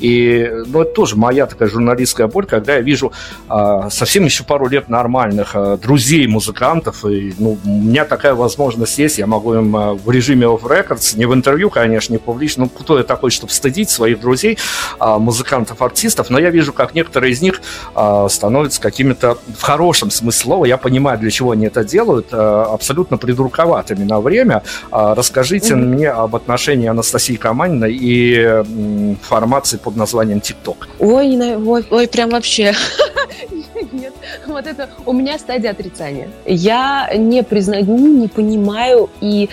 И ну, это тоже моя такая журналистская боль, когда я вижу а, совсем еще пару лет нормальных а, друзей-музыкантов. И, ну, у меня такая возможность есть, я могу им а, в режиме off-records, не в интервью, конечно, не публично, ну кто я такой, чтобы стыдить своих друзей, а, музыкантов-артистов, но я вижу, как некоторые из них а, становятся какими-то, в хорошем смысле слова, я понимаю, для чего они это делают, а, абсолютно придурковатыми на время. А, расскажите mm-hmm. мне об отношении Анастасии Каманиной и м, формации под названием ТикТок. Ой, ой, ой, прям вообще... Нет, вот это у меня стадия отрицания. Я не признаю, не понимаю, и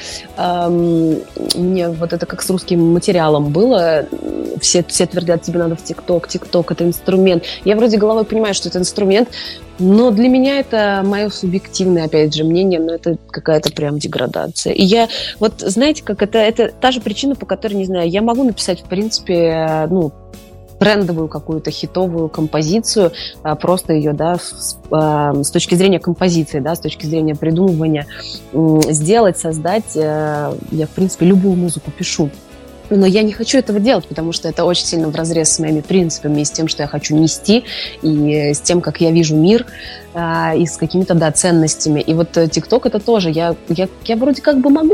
эм, мне вот это как с русским материалом было. Все, все твердят, тебе надо в ТикТок, ТикТок — это инструмент. Я вроде головой понимаю, что это инструмент, но для меня это мое субъективное, опять же, мнение, но это какая-то прям деградация. И я, вот знаете, как это, это та же причина, по которой, не знаю, я могу написать, в принципе, ну, трендовую какую-то хитовую композицию, просто ее, да, с, с точки зрения композиции, да, с точки зрения придумывания сделать, создать. Я, в принципе, любую музыку пишу. Но я не хочу этого делать, потому что это очень сильно вразрез с моими принципами и с тем, что я хочу нести, и с тем, как я вижу мир, и с какими-то, да, ценностями. И вот ТикТок — это тоже. Я, я, я вроде как бы могу,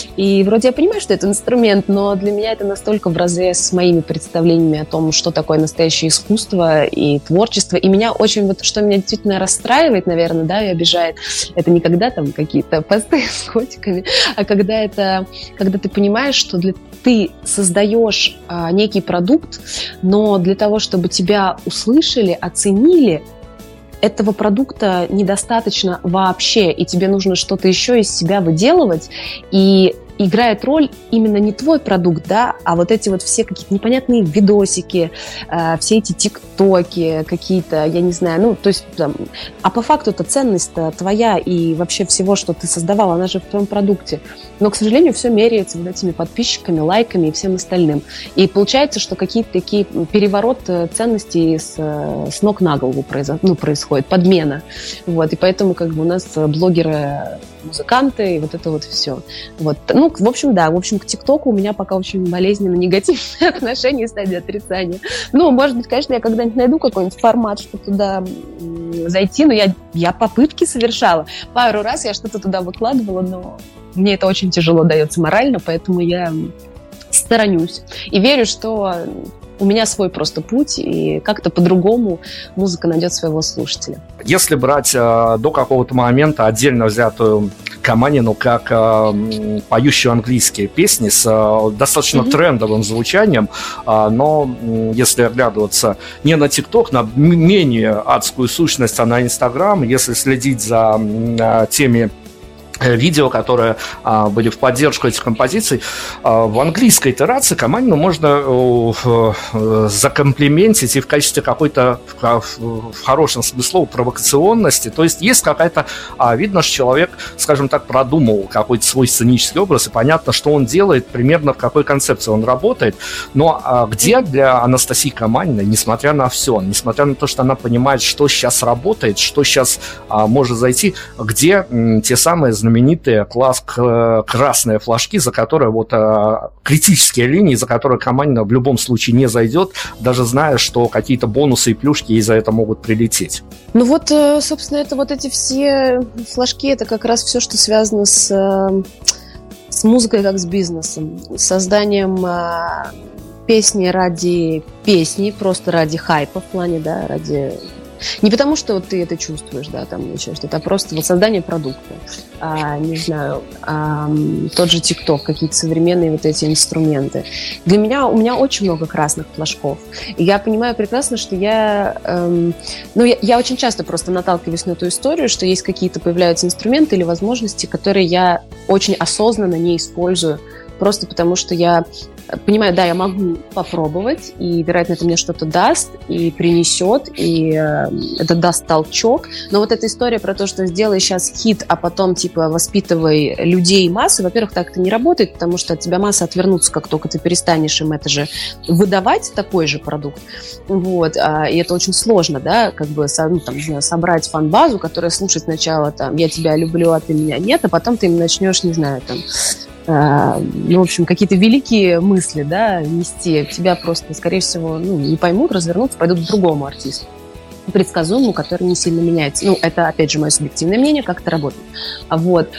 и вроде я понимаю, что это инструмент, но для меня это настолько вразрез с моими представлениями о том, что такое настоящее искусство и творчество. И меня очень, вот что меня действительно расстраивает, наверное, да, и обижает, это не когда там какие-то посты с котиками, а когда это, когда ты понимаешь, что для ты создаешь а, некий продукт, но для того, чтобы тебя услышали, оценили, этого продукта недостаточно вообще, и тебе нужно что-то еще из себя выделывать, и играет роль именно не твой продукт, да, а вот эти вот все какие-то непонятные видосики, э, все эти тиктоки какие-то, я не знаю, ну, то есть, там, а по факту-то ценность-то твоя и вообще всего, что ты создавал, она же в твоем продукте. Но, к сожалению, все меряется вот этими подписчиками, лайками и всем остальным. И получается, что какие-то такие переворот ценностей с, с ног на голову произо- ну, происходит, подмена. Вот, и поэтому как бы у нас блогеры, музыканты и вот это вот все. Вот. Ну, в общем, да, в общем, к ТикТоку у меня пока очень болезненно негативное отношение, стадия отрицания. Ну, может быть, конечно, я когда-нибудь найду какой-нибудь формат, чтобы туда зайти, но я, я попытки совершала. Пару раз я что-то туда выкладывала, но мне это очень тяжело дается морально, поэтому я сторонюсь. И верю, что у меня свой просто путь, и как-то по-другому музыка найдет своего слушателя. Если брать э, до какого-то момента отдельно взятую Каманину как э, поющую английские песни с э, достаточно mm-hmm. трендовым звучанием, э, но э, если оглядываться не на ТикТок, на менее адскую сущность, а на Инстаграм, если следить за э, теми видео, которые а, были в поддержку этих композиций. А, в английской итерации Каманину можно а, а, закомплиментить и в качестве какой-то, в, в хорошем смысле слова, провокационности. То есть есть какая-то... А, видно, что человек, скажем так, продумал какой-то свой сценический образ, и понятно, что он делает, примерно в какой концепции он работает. Но а, где для Анастасии Каманиной, несмотря на все, несмотря на то, что она понимает, что сейчас работает, что сейчас а, может зайти, где м, те самые знаменитые знаменитые класс красные флажки, за которые вот а, критические линии, за которые Каманина в любом случае не зайдет, даже зная, что какие-то бонусы и плюшки ей за это могут прилететь. Ну вот, собственно, это вот эти все флажки, это как раз все, что связано с, с музыкой как с бизнесом, с созданием а, песни ради песни, просто ради хайпа в плане, да, ради... Не потому, что вот ты это чувствуешь, да, там еще что-то, а просто вот создание продукта, а, не знаю, а, тот же ТикТок, какие-то современные вот эти инструменты. Для меня, у меня очень много красных флажков. И я понимаю прекрасно, что я, эм, ну, я, я очень часто просто наталкиваюсь на эту историю, что есть какие-то появляются инструменты или возможности, которые я очень осознанно не использую, просто потому что я понимаю, да, я могу попробовать, и, вероятно, это мне что-то даст, и принесет, и э, это даст толчок. Но вот эта история про то, что сделай сейчас хит, а потом, типа, воспитывай людей и массы, во-первых, так это не работает, потому что от тебя массы отвернутся, как только ты перестанешь им это же выдавать, такой же продукт. Вот, а, и это очень сложно, да, как бы, со, ну, там, не знаю, собрать фан-базу, которая слушает сначала, там, я тебя люблю, а ты меня нет, а потом ты им начнешь, не знаю, там, ну, в общем, какие-то великие мысли, да, нести. Тебя просто, скорее всего, ну, не поймут, развернутся, пойдут к другому артисту, предсказуемому, который не сильно меняется. Ну, это, опять же, мое субъективное мнение, как это работает. Вот.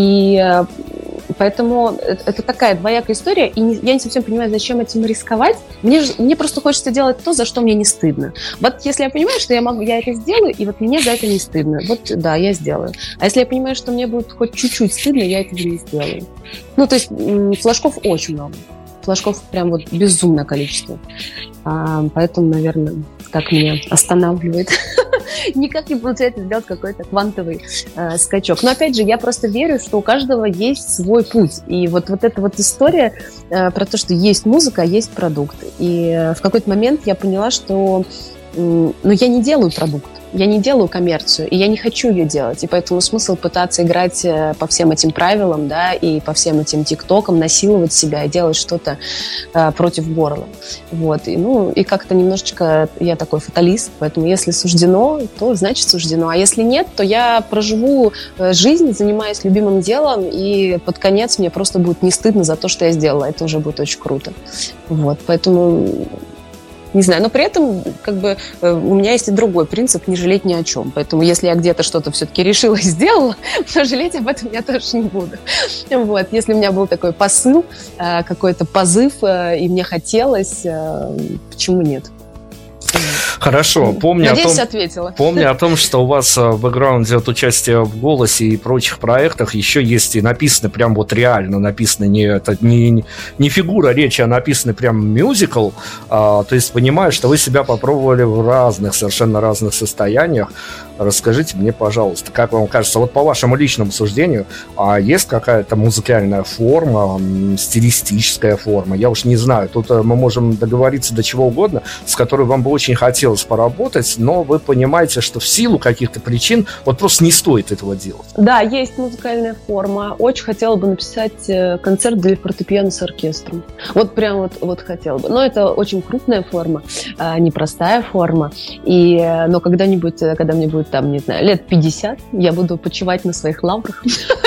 И поэтому это такая двоякая история, и не, я не совсем понимаю, зачем этим рисковать. Мне, мне просто хочется делать то, за что мне не стыдно. Вот если я понимаю, что я могу, я это сделаю, и вот мне за это не стыдно, вот да, я сделаю. А если я понимаю, что мне будет хоть чуть-чуть стыдно, я этого не сделаю. Ну, то есть флажков очень много. Флажков прям вот безумное количество. А, поэтому, наверное, так меня останавливает. Никак не получается сделать какой-то квантовый э, скачок. Но, опять же, я просто верю, что у каждого есть свой путь. И вот, вот эта вот история э, про то, что есть музыка, а есть продукт. И э, в какой-то момент я поняла, что э, ну, я не делаю продукт. Я не делаю коммерцию, и я не хочу ее делать. И поэтому смысл пытаться играть по всем этим правилам, да, и по всем этим тиктокам, насиловать себя и делать что-то э, против горла. Вот. И, ну, и как-то немножечко я такой фаталист, поэтому если суждено, то значит суждено. А если нет, то я проживу жизнь, занимаясь любимым делом, и под конец мне просто будет не стыдно за то, что я сделала. Это уже будет очень круто. Вот. Поэтому... Не знаю, но при этом как бы у меня есть и другой принцип — не жалеть ни о чем. Поэтому если я где-то что-то все-таки решила и сделала, то жалеть об этом я тоже не буду. Вот. Если у меня был такой посыл, какой-то позыв, и мне хотелось, почему нет? Хорошо, помню Надеюсь, о том, ответила. Помню о том, что у вас в бэкграунде от участия в «Голосе» и прочих проектах еще есть и написано прям вот реально, написано не, это, не, не фигура речи, а написано прям мюзикл. А, то есть понимаю, что вы себя попробовали в разных, совершенно разных состояниях. Расскажите мне, пожалуйста, как вам кажется, вот по вашему личному суждению, а есть какая-то музыкальная форма, стилистическая форма, я уж не знаю, тут мы можем договориться до чего угодно, с которой вам бы очень хотелось поработать, но вы понимаете, что в силу каких-то причин вот просто не стоит этого делать. Да, есть музыкальная форма. Очень хотела бы написать концерт для фортепиано с оркестром. Вот прям вот, вот хотела бы. Но это очень крупная форма, непростая форма. И, но когда-нибудь, когда мне будет там, не знаю, лет пятьдесят, я буду почивать на своих лаврах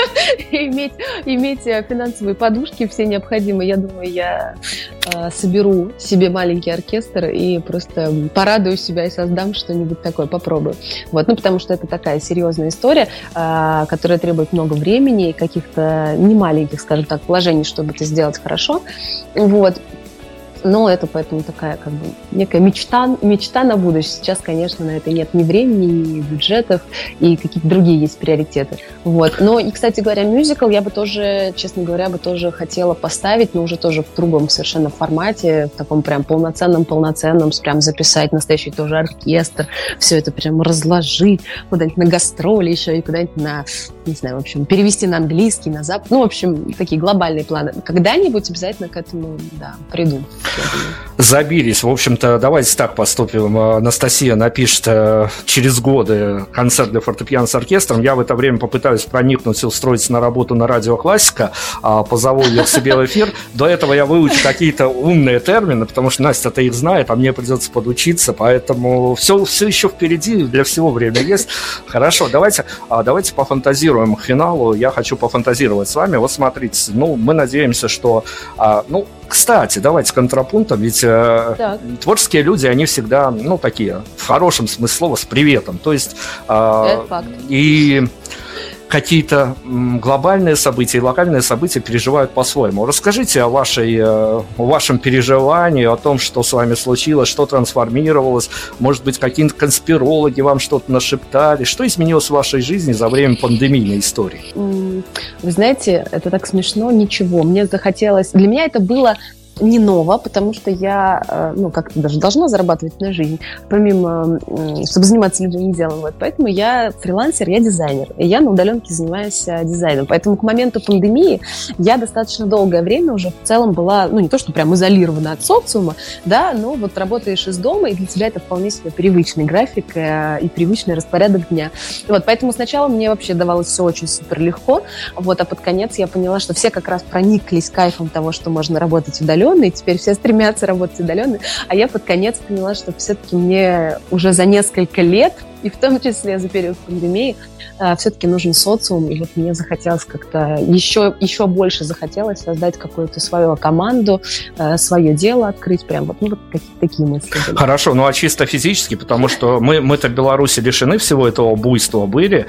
и иметь, иметь финансовые подушки все необходимые. Я думаю, я э, соберу себе маленький оркестр и просто порадую себя и создам что-нибудь такое, попробую. Вот, ну, потому что это такая серьезная история, э, которая требует много времени и каких-то немаленьких, скажем так, вложений, чтобы это сделать хорошо. Вот. Но это поэтому такая как бы некая мечта, мечта на будущее. Сейчас, конечно, на это нет ни времени, ни бюджетов, и какие-то другие есть приоритеты. Вот. Но и, кстати говоря, мюзикл я бы тоже, честно говоря, бы тоже хотела поставить, но уже тоже в другом совершенно формате, в таком прям полноценном-полноценном, прям записать настоящий тоже оркестр, все это прям разложить, куда-нибудь на гастроли еще, и куда-нибудь на, не знаю, в общем, перевести на английский, на запад. Ну, в общем, такие глобальные планы. Когда-нибудь обязательно к этому, да, приду. Забились. В общем-то, давайте так поступим. Анастасия напишет через годы концерт для фортепиано с оркестром. Я в это время попытаюсь проникнуть и устроиться на работу на радио «Классика», позову ее к себе в эфир. До этого я выучу какие-то умные термины, потому что Настя-то их знает, а мне придется подучиться, поэтому все, все еще впереди, для всего время есть. Хорошо, давайте, давайте пофантазируем к финалу. Я хочу пофантазировать с вами. Вот смотрите, ну, мы надеемся, что... Ну, кстати, давайте контрапунктом, ведь э, творческие люди, они всегда, ну, такие, в хорошем смысле слова, с приветом. То есть э, и какие-то глобальные события и локальные события переживают по-своему. Расскажите о, вашей, о вашем переживании, о том, что с вами случилось, что трансформировалось. Может быть, какие-то конспирологи вам что-то нашептали. Что изменилось в вашей жизни за время пандемийной истории? Вы знаете, это так смешно, ничего. Мне захотелось... Для меня это было... не ново, потому что я, ну, как-то даже должна зарабатывать на жизнь, помимо, чтобы заниматься любым делом. Вот. Поэтому я фрилансер, я дизайнер, и я на удаленке занимаюсь дизайном. Поэтому к моменту пандемии я достаточно долгое время уже в целом была, ну, не то, что прям изолирована от социума, да, но вот работаешь из дома, и для тебя это вполне себе привычный график и привычный распорядок дня. Вот, поэтому сначала мне вообще давалось все очень супер легко, вот, а под конец я поняла, что все как раз прониклись кайфом того, что можно работать удаленно, и теперь все стремятся работать удаленно, а я под конец поняла, что все-таки мне уже за несколько лет, и в том числе за период пандемии, все-таки нужен социум, и вот мне захотелось как-то еще, еще больше захотелось создать какую-то свою команду, свое дело открыть, прям вот, ну, вот какие-то такие мысли были. Хорошо, ну а чисто физически, потому что мы, мы-то в Беларуси лишены всего этого буйства были,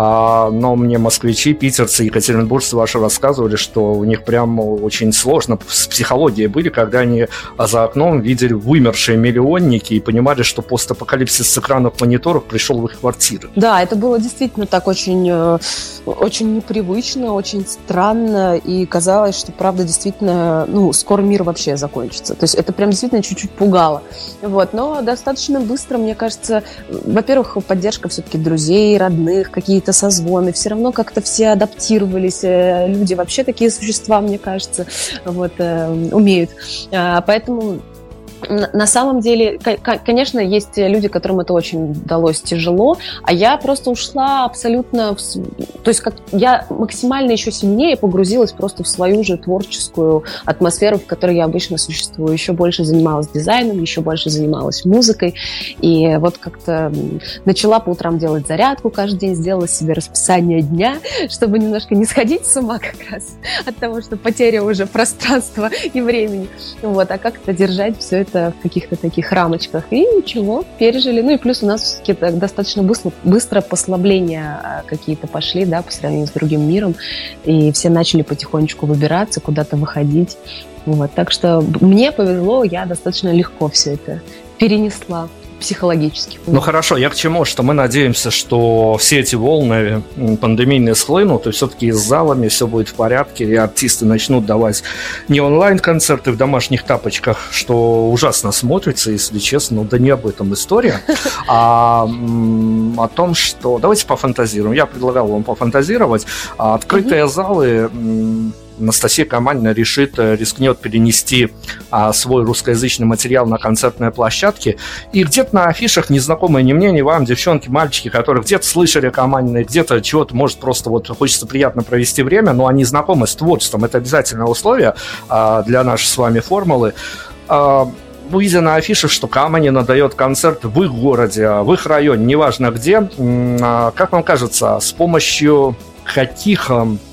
а, но мне москвичи, питерцы, екатеринбуржцы ваши рассказывали, что у них прям очень сложно с психологией были, когда они за окном видели вымершие миллионники и понимали, что постапокалипсис с экранов мониторов пришел в их квартиры. Да, это было действительно так очень, очень непривычно, очень странно, и казалось, что, правда, действительно, ну, скоро мир вообще закончится. То есть это прям действительно чуть-чуть пугало. Вот. Но достаточно быстро, мне кажется, во-первых, поддержка все-таки друзей, родных, какие-то созвоны, все равно как-то все адаптировались. Люди вообще такие существа, мне кажется, вот, умеют. Поэтому... На самом деле, конечно, есть люди, которым это очень далось тяжело, а я просто ушла абсолютно... В... То есть как я максимально еще сильнее погрузилась просто в свою же творческую атмосферу, в которой я обычно существую. Еще больше занималась дизайном, еще больше занималась музыкой. И вот как-то начала по утрам делать зарядку каждый день, сделала себе расписание дня, чтобы немножко не сходить с ума как раз от того, что потеря уже пространства и времени. Вот, а как-то держать все это в каких-то таких рамочках. И ничего, пережили. Ну и плюс у нас какие-то достаточно быстро, быстро послабления какие-то пошли, да, по сравнению с другим миром. И все начали потихонечку выбираться, куда-то выходить. Вот. Так что мне повезло, я достаточно легко все это перенесла психологически. Ну хорошо, я к чему? Что мы надеемся, что все эти волны пандемийные схлынут, и все-таки с залами все будет в порядке, и артисты начнут давать не онлайн-концерты в домашних тапочках, что ужасно смотрится, если честно, но да не об этом история, а о том, что... Давайте пофантазируем. Я предлагал вам пофантазировать. Открытые залы... Анастасия Каманина решит, рискнет перенести а, свой русскоязычный материал на концертные площадки. И где-то на афишах незнакомые ни мне, ни вам, девчонки, мальчики, которые где-то слышали о Каманиной, где-то чего-то, может, просто вот хочется приятно провести время, но они знакомы с творчеством. Это обязательное условие а, для нашей с вами формулы. А, Увидя на афише, что Каманина дает концерт в их городе, в их районе, неважно где, как вам кажется, с помощью каких...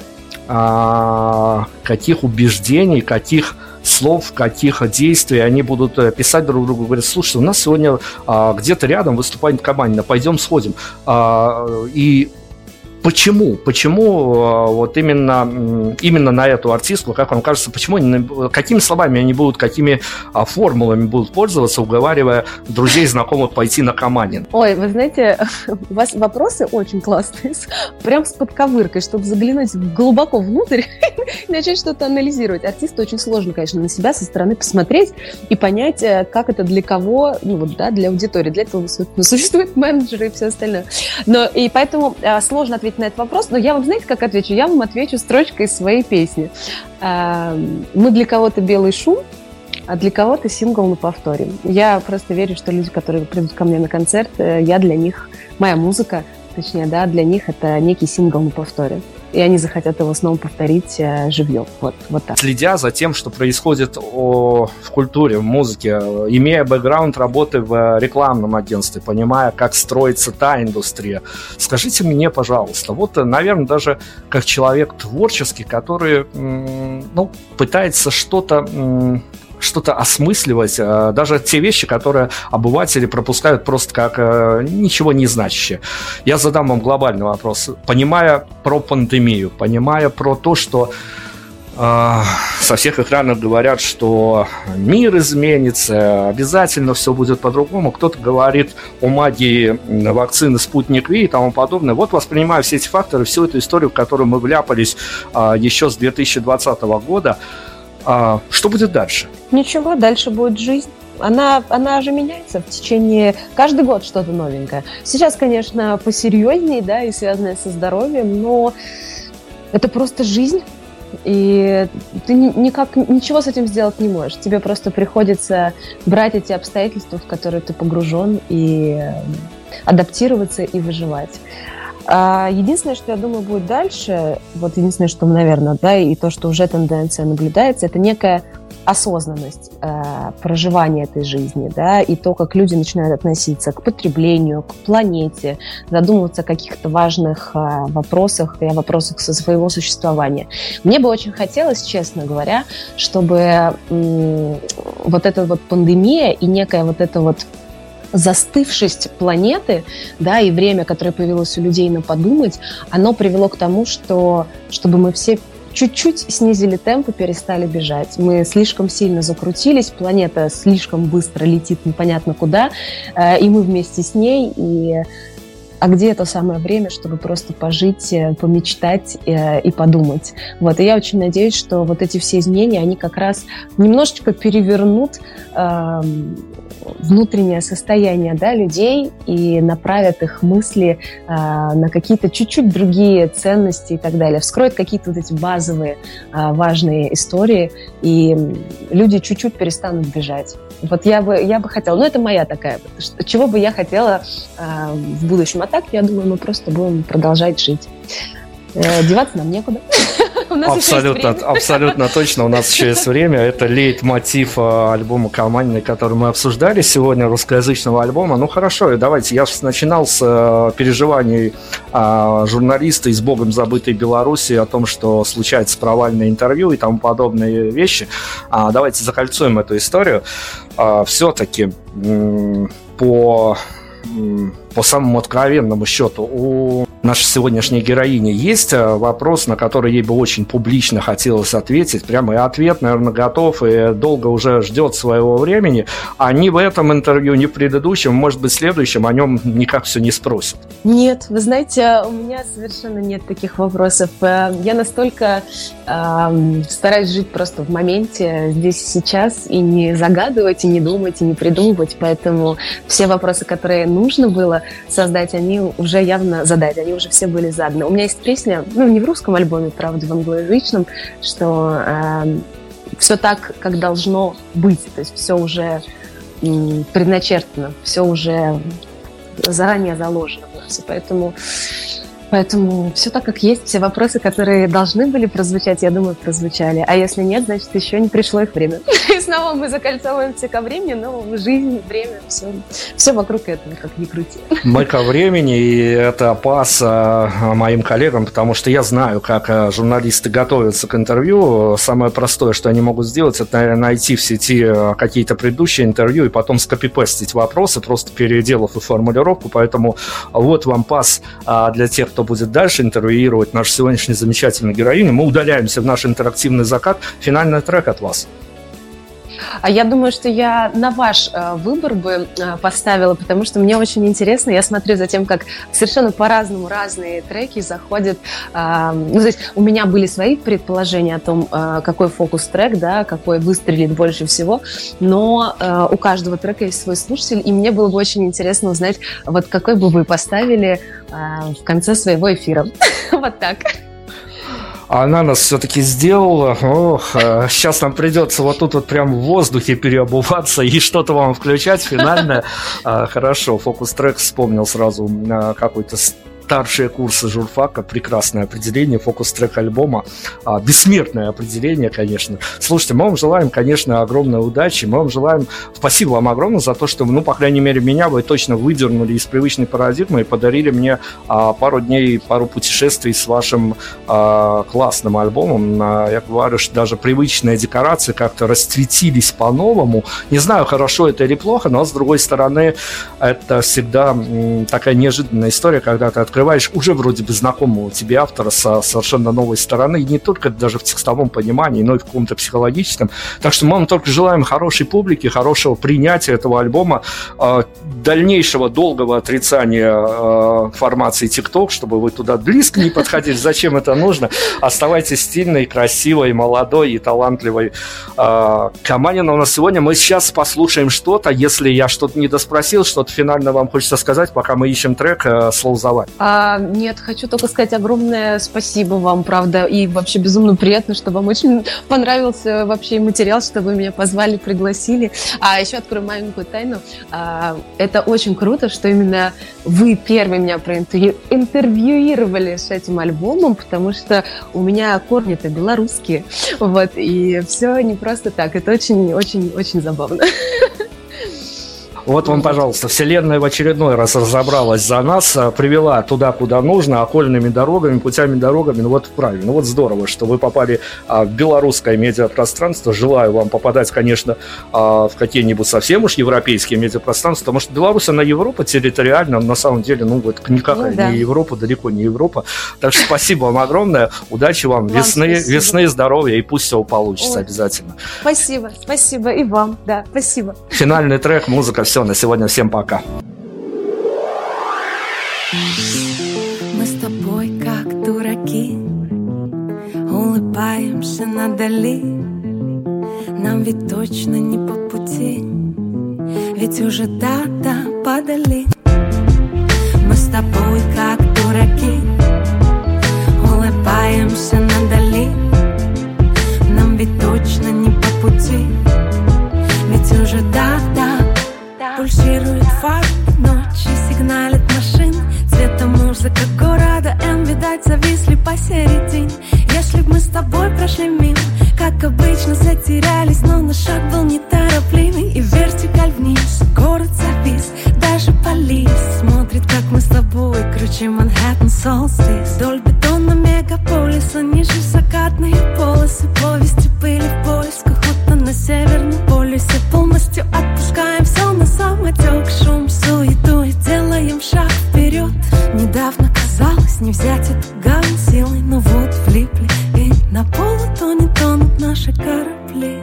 каких убеждений, каких слов, каких действий они будут писать друг другу, говорят: слушай, у нас сегодня а, где-то рядом выступает Каманина, пойдем сходим. А, и Почему? Почему вот именно, именно на эту артистку, как вам кажется, почему они, какими словами они будут, какими формулами будут пользоваться, уговаривая друзей, знакомых пойти на Каманин? Ой, вы знаете, у вас вопросы очень классные, прям с подковыркой, чтобы заглянуть глубоко внутрь и начать что-то анализировать. Артисту очень сложно, конечно, на себя со стороны посмотреть и понять, как это для кого, ну вот, да, для аудитории. Для этого существуют менеджеры и все остальное. Но и поэтому сложно ответить на этот вопрос, но я вам, знаете, как отвечу? Я вам отвечу строчкой из своей песни. Мы для кого-то белый шум, а для кого-то сингл на повторе. Я просто верю, что люди, которые придут ко мне на концерт, я для них, моя музыка, точнее, да, для них это некий сингл на повторе. И они захотят его снова повторить э, живьем. Вот, вот так. Следя за тем, что происходит о, в культуре, в музыке, имея бэкграунд работы в рекламном агентстве, понимая, как строится та индустрия, скажите мне, пожалуйста, вот, наверное, даже как человек творческий, который м, ну, пытается что-то... М, что-то осмысливать, даже те вещи, которые обыватели пропускают просто как ничего не значащие. Я задам вам глобальный вопрос. Понимая про пандемию, понимая про то, что э, со всех экранов говорят, что мир изменится, обязательно все будет по-другому. Кто-то говорит о магии вакцины «Спутник Ви» и тому подобное. Вот, воспринимая все эти факторы, всю эту историю, в которую мы вляпались э, еще с две тысячи двадцатого года, А, что будет дальше? Ничего, дальше будет жизнь. Она, она же меняется в течение... Каждый год что-то новенькое. Сейчас, конечно, посерьезнее, да, и связанное со здоровьем, но это просто жизнь, и ты никак, ничего с этим сделать не можешь. Тебе просто приходится брать эти обстоятельства, в которые ты погружен, и адаптироваться и выживать. Единственное, что я думаю будет дальше, вот единственное, что, наверное, да, и то, что уже тенденция наблюдается, это некая осознанность э, проживания этой жизни, да, и то, как люди начинают относиться к потреблению, к планете, задумываться о каких-то важных э, вопросах и о вопросах своего существования. Мне бы очень хотелось, честно говоря, чтобы э, вот эта вот пандемия и некая вот эта вот застывшесть планеты, да, и время, которое появилось у людей на подумать, оно привело к тому, что чтобы мы все чуть-чуть снизили темп и перестали бежать. Мы слишком сильно закрутились, планета слишком быстро летит непонятно куда, и мы вместе с ней, и а где это самое время, чтобы просто пожить, помечтать и подумать. Вот. И я очень надеюсь, что вот эти все изменения, они как раз немножечко перевернут э, внутреннее состояние, да, людей и направят их мысли э, на какие-то чуть-чуть другие ценности и так далее. Вскроют какие-то вот эти базовые э, важные истории, и люди чуть-чуть перестанут бежать. Вот я бы, я бы хотела, ну это моя такая, чего бы я хотела э, в будущем. А так, я думаю, мы просто будем продолжать жить. Э, деваться нам некуда. Абсолютно, абсолютно точно, у нас еще есть время. Это лейтмотив альбома «Каманин», который мы обсуждали сегодня, русскоязычного альбома. Ну хорошо, и давайте, я же начинал с переживаний журналиста из богом забытой Беларуси о том, что случается провальное интервью и тому подобные вещи. Давайте закольцуем эту историю. Все-таки по... по самому откровенному счету, у нашей сегодняшней героини есть вопрос, на который ей бы очень публично хотелось ответить. Прямо и ответ, наверное, готов и долго уже ждет своего времени. А ни в этом интервью, ни в предыдущем, может быть, в следующем о нем никак все не спросят. Нет, вы знаете, у меня совершенно нет таких вопросов. Я настолько э, стараюсь жить просто в моменте, здесь и сейчас, и не загадывать, и не думать, и не придумывать. Поэтому все вопросы, которые нужно было создать, они уже явно задать, они уже все были заданы. У меня есть песня, ну, не в русском альбоме, правда, в англоязычном, что э, все так, как должно быть, то есть все уже э, предначертано, все уже заранее заложено в нас, и поэтому Поэтому все так, как есть, все вопросы, которые должны были прозвучать, я думаю, прозвучали. А если нет, значит, еще не пришло их время. И снова мы закольцовываемся ко времени, но жизнь, время, все, все вокруг этого, как ни крути. Мы ко времени, и это пас моим коллегам, потому что я знаю, как журналисты готовятся к интервью. Самое простое, что они могут сделать, это найти в сети какие-то предыдущие интервью и потом скопипестить вопросы, просто переделав их формулировку. Поэтому вот вам пас для тех, кто будет дальше интервьюировать нашу сегодняшнюю замечательную героиню. Мы удаляемся в наш интерактивный закат. Финальный трек от вас. А я думаю, что я на ваш э, выбор бы э, поставила, потому что мне очень интересно. Я смотрю за тем, как совершенно по-разному разные треки заходят. Э, ну, то есть у меня были свои предположения о том, э, какой фокус-трек, да, какой выстрелит больше всего, но э, у каждого трека есть свой слушатель, и мне было бы очень интересно узнать, вот какой бы вы поставили э, в конце своего эфира. Вот так. Она нас все-таки сделала. Ох, сейчас нам придется вот тут вот прям в воздухе переобуваться и что-то вам включать финальное. Хорошо, фокус-трек вспомнил сразу какой-то старшие курсы журфака, прекрасное определение, фокус-трек альбома, а, бессмертное определение, конечно. Слушайте, мы вам желаем, конечно, огромной удачи, мы вам желаем, спасибо вам огромное за то, что, ну, по крайней мере, меня вы точно выдернули из привычной парадигмы и подарили мне а, пару дней, пару путешествий с вашим а, классным альбомом. А, я говорю, что даже привычные декорации как-то расцветились по-новому. Не знаю, хорошо это или плохо, но, с другой стороны, это всегда м, такая неожиданная история, когда ты открываешь уже вроде бы знакомого тебе автора со совершенно новой стороны, и не только даже в текстовом понимании, но и в каком-то психологическом. Так что мы вам только желаем хорошей публики, хорошего принятия этого альбома, э, дальнейшего долгого отрицания э, формации TikTok, чтобы вы туда близко не подходили. Зачем это нужно? Оставайтесь стильной, красивой, молодой и талантливой. Э, Каманина у нас сегодня. Мы сейчас послушаем что-то. Если я что-то не доспросил, что-то финально вам хочется сказать, пока мы ищем трек, э, слово за вами. А, нет, хочу только сказать огромное спасибо вам, правда, и вообще безумно приятно, что вам очень понравился вообще материал, что вы меня позвали, пригласили. А еще открою маленькую тайну. А, это очень круто, что именно вы первые меня проинтервьюировали с этим альбомом, потому что у меня корни-то белорусские, вот, и все не просто так. Это очень-очень-очень забавно. Вот вам, пожалуйста, вселенная в очередной раз разобралась за нас, привела туда, куда нужно, окольными дорогами, путями, дорогами. Ну вот правильно, вот здорово, что вы попали а, в белорусское медиапространство. Желаю вам попадать, конечно, а, в какие-нибудь совсем уж европейские медиапространства, потому что Беларусь, она Европа территориально, на самом деле, ну вот никакая ну, да. не Европа, далеко не Европа. Так что спасибо вам огромное, удачи вам, вам весны, весны, здоровья, и пусть все получится. Ой. Обязательно. Спасибо, спасибо и вам, да, спасибо. Финальный трек, музыка, все. На сегодня всем пока. Мы с тобой как дураки, улыбаемся надали. Нам ведь точно не по пути, ведь уже дата подали. Мы с тобой как дураки, улыбаемся надали. Нам ведь точно не по пути, ведь уже дата. Пульсирует фары, ночи сигналит машин. Цвета музыка города М, видать, зависли посередине. Если б мы с тобой прошли мимо, как обычно затерялись, но наш шаг был неторопливый, и вертикаль вниз, город завис. Даже полис смотрит, как мы с тобой кручим Манхэттен Солстис. Вдоль бетона мегаполиса, ниже закатные полосы, повести пыли в поисках, будто на северном полюсе. Полностью отпускаем все на самотек, шум, суету, и делаем шаг вперед. Недавно казалось не взять эту гавань силой, но вот влипли, и на полутоне тонут наши корабли.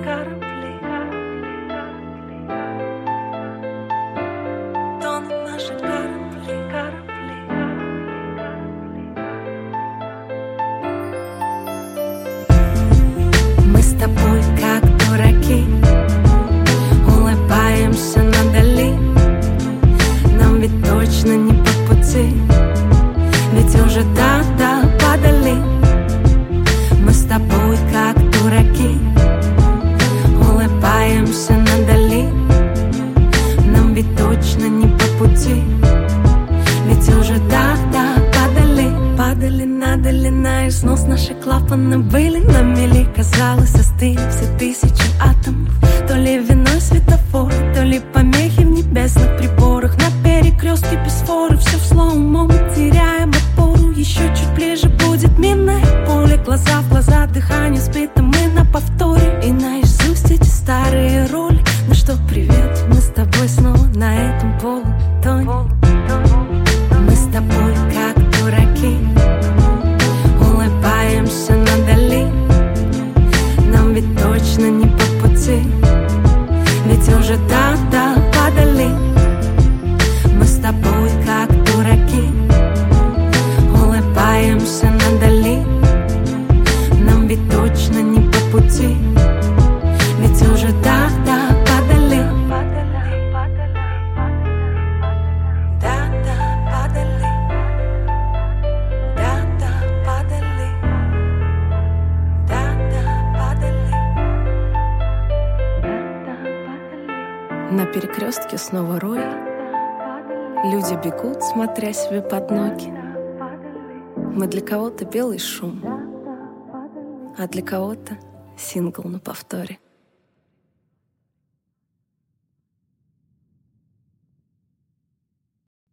Тонут наши корабли, корабли. Мы с тобой как дураки, улыбаемся надали. Нам ведь точно не по пути, ведь уже дата подали. Мы с тобой как дураки, улыбаемся надали. Нам ведь точно не по пути, ведь уже дата подали. Падали, надали на износ, наши клапаны были на мели. Казалось, остыли все тысячи атомов. То ли виной светофоры, то ли помехи в небесных приборах. На перекрестке без форы, все в слоумо, мы теряем опору. Еще чуть ближе будет минное поле. Глаза в глаза, дыхание сбито, мы на повторе. И наизусть эти старые роли. Ну что, привет, мы с тобой снова на этом полутоне. Мы с тобой как дураки, перекрестке снова рой. Люди бегут, смотря себе под ноги. Мы для кого-то белый шум, а для кого-то сингл на повторе.